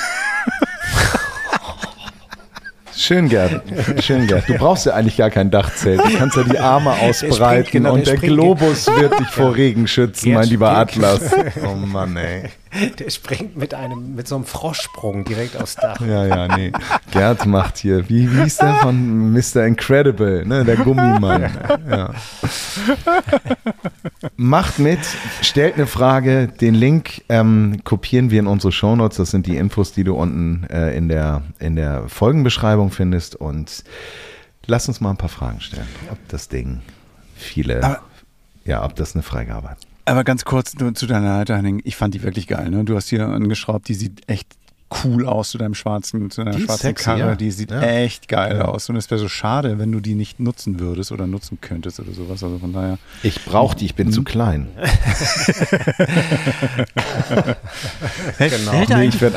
Schön, Gerd. Du brauchst ja eigentlich gar kein Dachzelt. Du kannst ja die Arme ausbreiten und der Globus wird dich vor Regen schützen, mein lieber Atlas. Oh Mann, ey. Der springt mit so einem Froschsprung direkt aufs Dach. Ja, nee. Gerd macht hier, wie hieß der von Mr. Incredible, ne? Der Gummimann. Ja. Macht mit, stellt eine Frage, den Link kopieren wir in unsere Shownotes, das sind die Infos, die du unten in der Folgenbeschreibung findest und lass uns mal ein paar Fragen stellen, ob das Ding ob das eine Freigabe hat. Aber ganz kurz zu deiner Leiter, Henning, ich fand die wirklich geil. Ne? Du hast hier angeschraubt, die sieht echt cool aus zu deiner schwarzen sexy, Karre. Ja. Die sieht echt geil aus. Und es wäre so schade, wenn du die nicht nutzen würdest oder nutzen könntest oder sowas. Also von daher. Ich brauche die, ich bin zu klein. Hält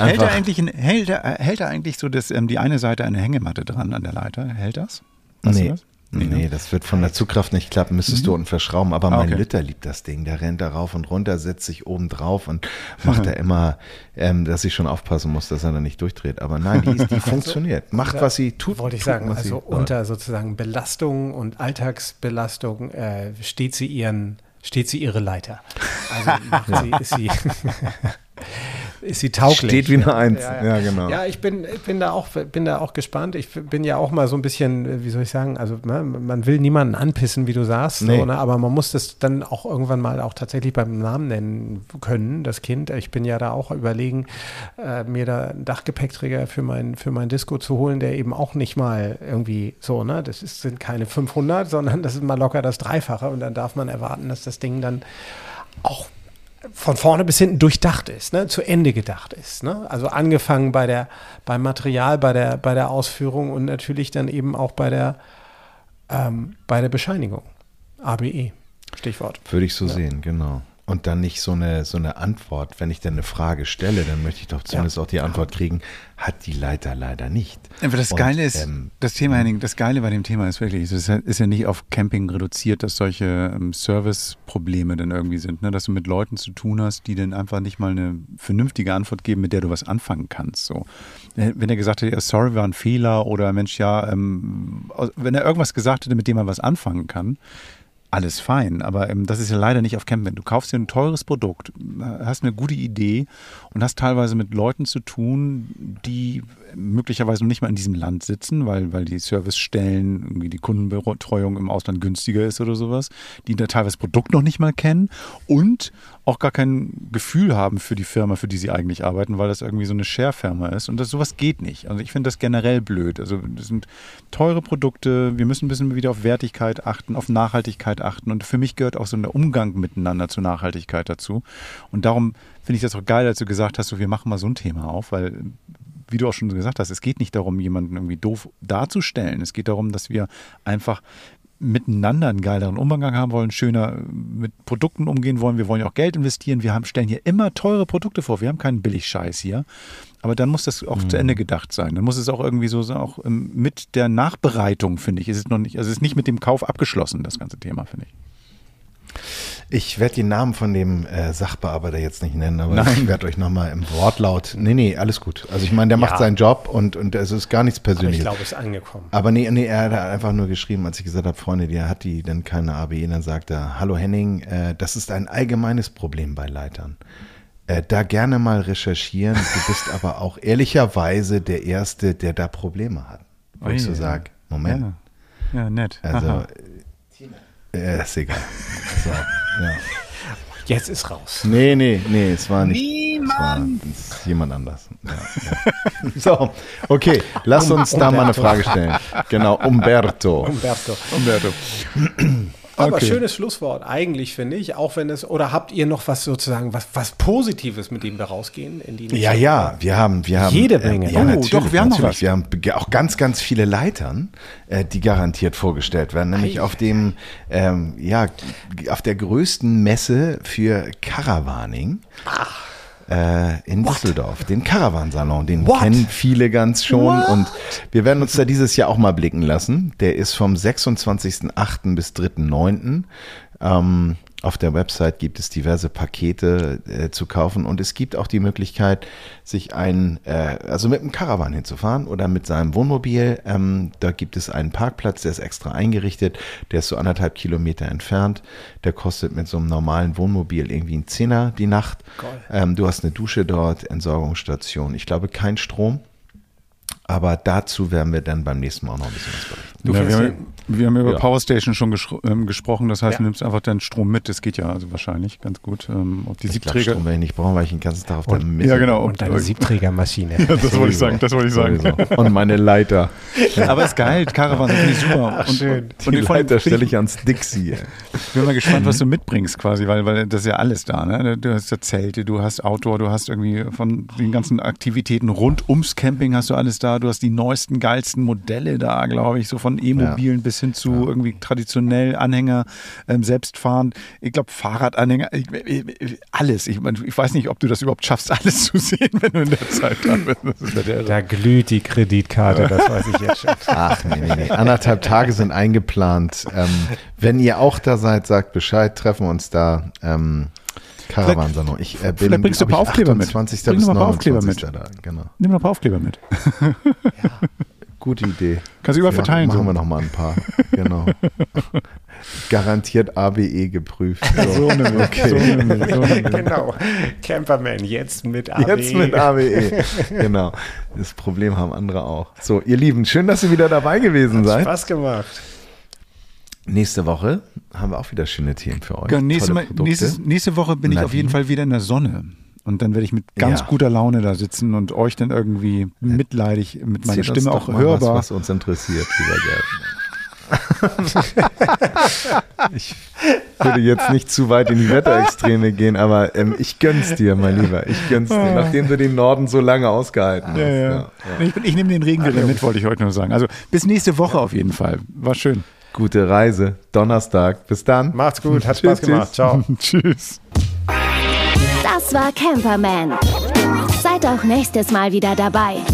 da eigentlich so die eine Seite eine Hängematte dran an der Leiter? Hält das? Weißt du das? Nee, das wird von der Zugkraft nicht klappen, müsstest du unten verschrauben. Aber mein Lütter liebt das Ding, der rennt da rauf und runter, setzt sich oben drauf und macht da immer, dass ich schon aufpassen muss, dass er da nicht durchdreht. Aber nein, die funktioniert. Macht, was sie tut. Wollte ich sagen, also unter sozusagen Belastung und Alltagsbelastung steht sie ihre Leiter. Also ist sie ist sie tauglich. Steht wie eine Eins. Ja, genau. Ja, ich bin da auch gespannt. Ich bin ja auch mal so ein bisschen, wie soll ich sagen, also ne, man will niemanden anpissen, wie du sagst, Nee. so, ne, aber man muss das dann auch irgendwann mal auch tatsächlich beim Namen nennen können, das Kind. Ich bin ja da auch überlegen, mir da einen Dachgepäckträger für mein Disco zu holen, der eben auch nicht mal irgendwie so, ne, sind keine 500, sondern das ist mal locker das Dreifache und dann darf man erwarten, dass das Ding dann auch von vorne bis hinten durchdacht ist, ne, zu Ende gedacht ist, ne? Also angefangen beim Material, bei der Ausführung und natürlich dann eben auch bei der Bescheinigung. ABE, Stichwort. Würde ich so sehen, genau. Und dann nicht so eine Antwort, wenn ich dann eine Frage stelle, dann möchte ich doch zumindest auch die Antwort kriegen, hat die Leiter leider nicht. Aber das Geile ist, das Thema, Henning, das Geile bei dem Thema ist wirklich, es ist ja nicht auf Camping reduziert, dass solche Service-Probleme dann irgendwie sind, ne? Dass du mit Leuten zu tun hast, die dann einfach nicht mal eine vernünftige Antwort geben, mit der du was anfangen kannst. So. Wenn er gesagt hätte, ja, sorry, war ein Fehler oder Mensch, ja, wenn er irgendwas gesagt hätte, mit dem man was anfangen kann, alles fein, aber das ist ja leider nicht auf Camping. Du kaufst dir ein teures Produkt, hast eine gute Idee und hast teilweise mit Leuten zu tun, die möglicherweise noch nicht mal in diesem Land sitzen, weil die Servicestellen, irgendwie die Kundenbetreuung im Ausland günstiger ist oder sowas, die da teilweise das Produkt noch nicht mal kennen und auch gar kein Gefühl haben für die Firma, für die sie eigentlich arbeiten, weil das irgendwie so eine Share-Firma ist und sowas geht nicht. Also ich finde das generell blöd. Also das sind teure Produkte, wir müssen ein bisschen wieder auf Wertigkeit achten, auf Nachhaltigkeit achten und für mich gehört auch so ein Umgang miteinander zur Nachhaltigkeit dazu und darum finde ich das auch geil, als du gesagt hast, so, wir machen mal so ein Thema auf, weil wie du auch schon gesagt hast, es geht nicht darum, jemanden irgendwie doof darzustellen. Es geht darum, dass wir einfach miteinander einen geileren Umgang haben wollen, schöner mit Produkten umgehen wollen. Wir wollen ja auch Geld investieren. Stellen hier immer teure Produkte vor. Wir haben keinen Billigscheiß hier. Aber dann muss das auch zu Ende gedacht sein. Dann muss es auch irgendwie so auch mit der Nachbereitung, finde ich, ist es noch nicht, also es ist nicht mit dem Kauf abgeschlossen, das ganze Thema, finde ich. Ich werde den Namen von dem Sachbearbeiter jetzt nicht nennen, aber ich werde euch nochmal im Wortlaut. Nee, alles gut. Also ich meine, der macht seinen Job und es ist gar nichts Persönliches. Aber ich glaube, es ist angekommen. Aber nee, er hat einfach nur geschrieben, als ich gesagt habe, Freunde, hat die denn keine ABE? Dann sagt er, hallo Henning, das ist ein allgemeines Problem bei Leitern. Da gerne mal recherchieren. Du bist aber auch ehrlicherweise der Erste, der da Probleme hat. Wo ich so sage, Moment. Ja, nett. Also, ist egal. So, ja. Jetzt ist raus. Nee, es war nicht. Niemand. Es war jemand anders. Ja. So, okay, lass uns da mal eine Frage stellen. Genau, Umberto. Aber Okay. schönes Schlusswort eigentlich, finde ich, auch wenn es, oder habt ihr noch was sozusagen, was Positives, mit dem wir rausgehen in die nächste Ja, wir haben jede Menge. Ja, natürlich, doch, wir haben noch natürlich. was. Wir haben auch ganz, ganz viele Leitern, die garantiert vorgestellt werden, nämlich auf dem, auf der größten Messe für Caravaning. In Düsseldorf, den Caravan-Salon, den kennen viele ganz schon und wir werden uns da dieses Jahr auch mal blicken lassen. Der ist vom 26.08. bis 3.09. Auf der Website gibt es diverse Pakete zu kaufen und es gibt auch die Möglichkeit, sich also mit einem Caravan hinzufahren oder mit seinem Wohnmobil. Da gibt es einen Parkplatz, der ist extra eingerichtet, der ist so 1,5 Kilometer entfernt. Der kostet mit so einem normalen Wohnmobil irgendwie einen Zehner die Nacht. Du hast eine Dusche dort, Entsorgungsstation. Ich glaube kein Strom. Aber dazu werden wir dann beim nächsten Mal auch noch ein bisschen was berichten. Wir haben über Powerstation schon gesprochen, das heißt, du nimmst einfach deinen Strom mit, das geht ja also wahrscheinlich ganz gut. Ob die Siebträger. Strom werde ich nicht brauchen, weil ich den ganzen Tag auf der Messe Ja, genau. Und deine Siebträgermaschine. Ja, das wollte ich sagen. Sowieso. Und meine Leiter. Aber ist geil, Caravan ist nicht super. Und die Leiter stelle ich ans Dixie. Ich bin mal gespannt, was du mitbringst quasi, weil das ist ja alles da. Ne? Du hast ja Zelte, du hast Outdoor, du hast irgendwie von den ganzen Aktivitäten rund ums Camping hast du alles da. Du hast die neuesten, geilsten Modelle da, glaube ich, so von E-Mobilen bis hin zu irgendwie traditionell Anhänger, selbstfahrend. Ich glaube, Fahrradanhänger, alles. Ich weiß nicht, ob du das überhaupt schaffst, alles zu sehen, wenn du in der Zeit da bist. Da glüht die Kreditkarte, das weiß ich jetzt schon. Ach, nee. 1,5 Tage sind eingeplant. Wenn ihr auch da seid, sagt Bescheid, treffen wir uns da. Caravan-Salon. Ich bin, vielleicht bringst du ein paar Aufkleber mit. 20. Bring bis noch ein paar Aufkleber 29. mit. Da, genau. Nimm noch ein paar Aufkleber mit. Gute Idee. Kannst du überall verteilen. Machen so. wir noch mal ein paar. Genau. garantiert ABE geprüft. So nämlich. Genau. Camperman, jetzt mit ABE. Jetzt mit ABE. Genau. Das Problem haben andere auch. So, ihr Lieben, schön, dass ihr wieder dabei gewesen seid. Spaß gemacht. Nächste Woche haben wir auch wieder schöne Themen für euch. Ja, nächste Woche bin ich auf jeden Fall wieder in der Sonne. Und dann werde ich mit ganz guter Laune da sitzen und euch dann irgendwie mitleidig mit meiner Stimme auch hörbar. Was uns interessiert, lieber Gerd. Ich würde jetzt nicht zu weit in die Wetterextreme gehen, aber ich gönn's dir, mein Lieber. Ich gönn's dir, nachdem du den Norden so lange ausgehalten hast. Ja. Ich nehme den Regen wieder mit, wollte ich heute nur sagen. Also bis nächste Woche auf jeden Fall. War schön. Gute Reise. Donnerstag. Bis dann. Macht's gut. Hat Spaß gemacht. Ciao. Tschüss. Das war Camperman. Seid auch nächstes Mal wieder dabei.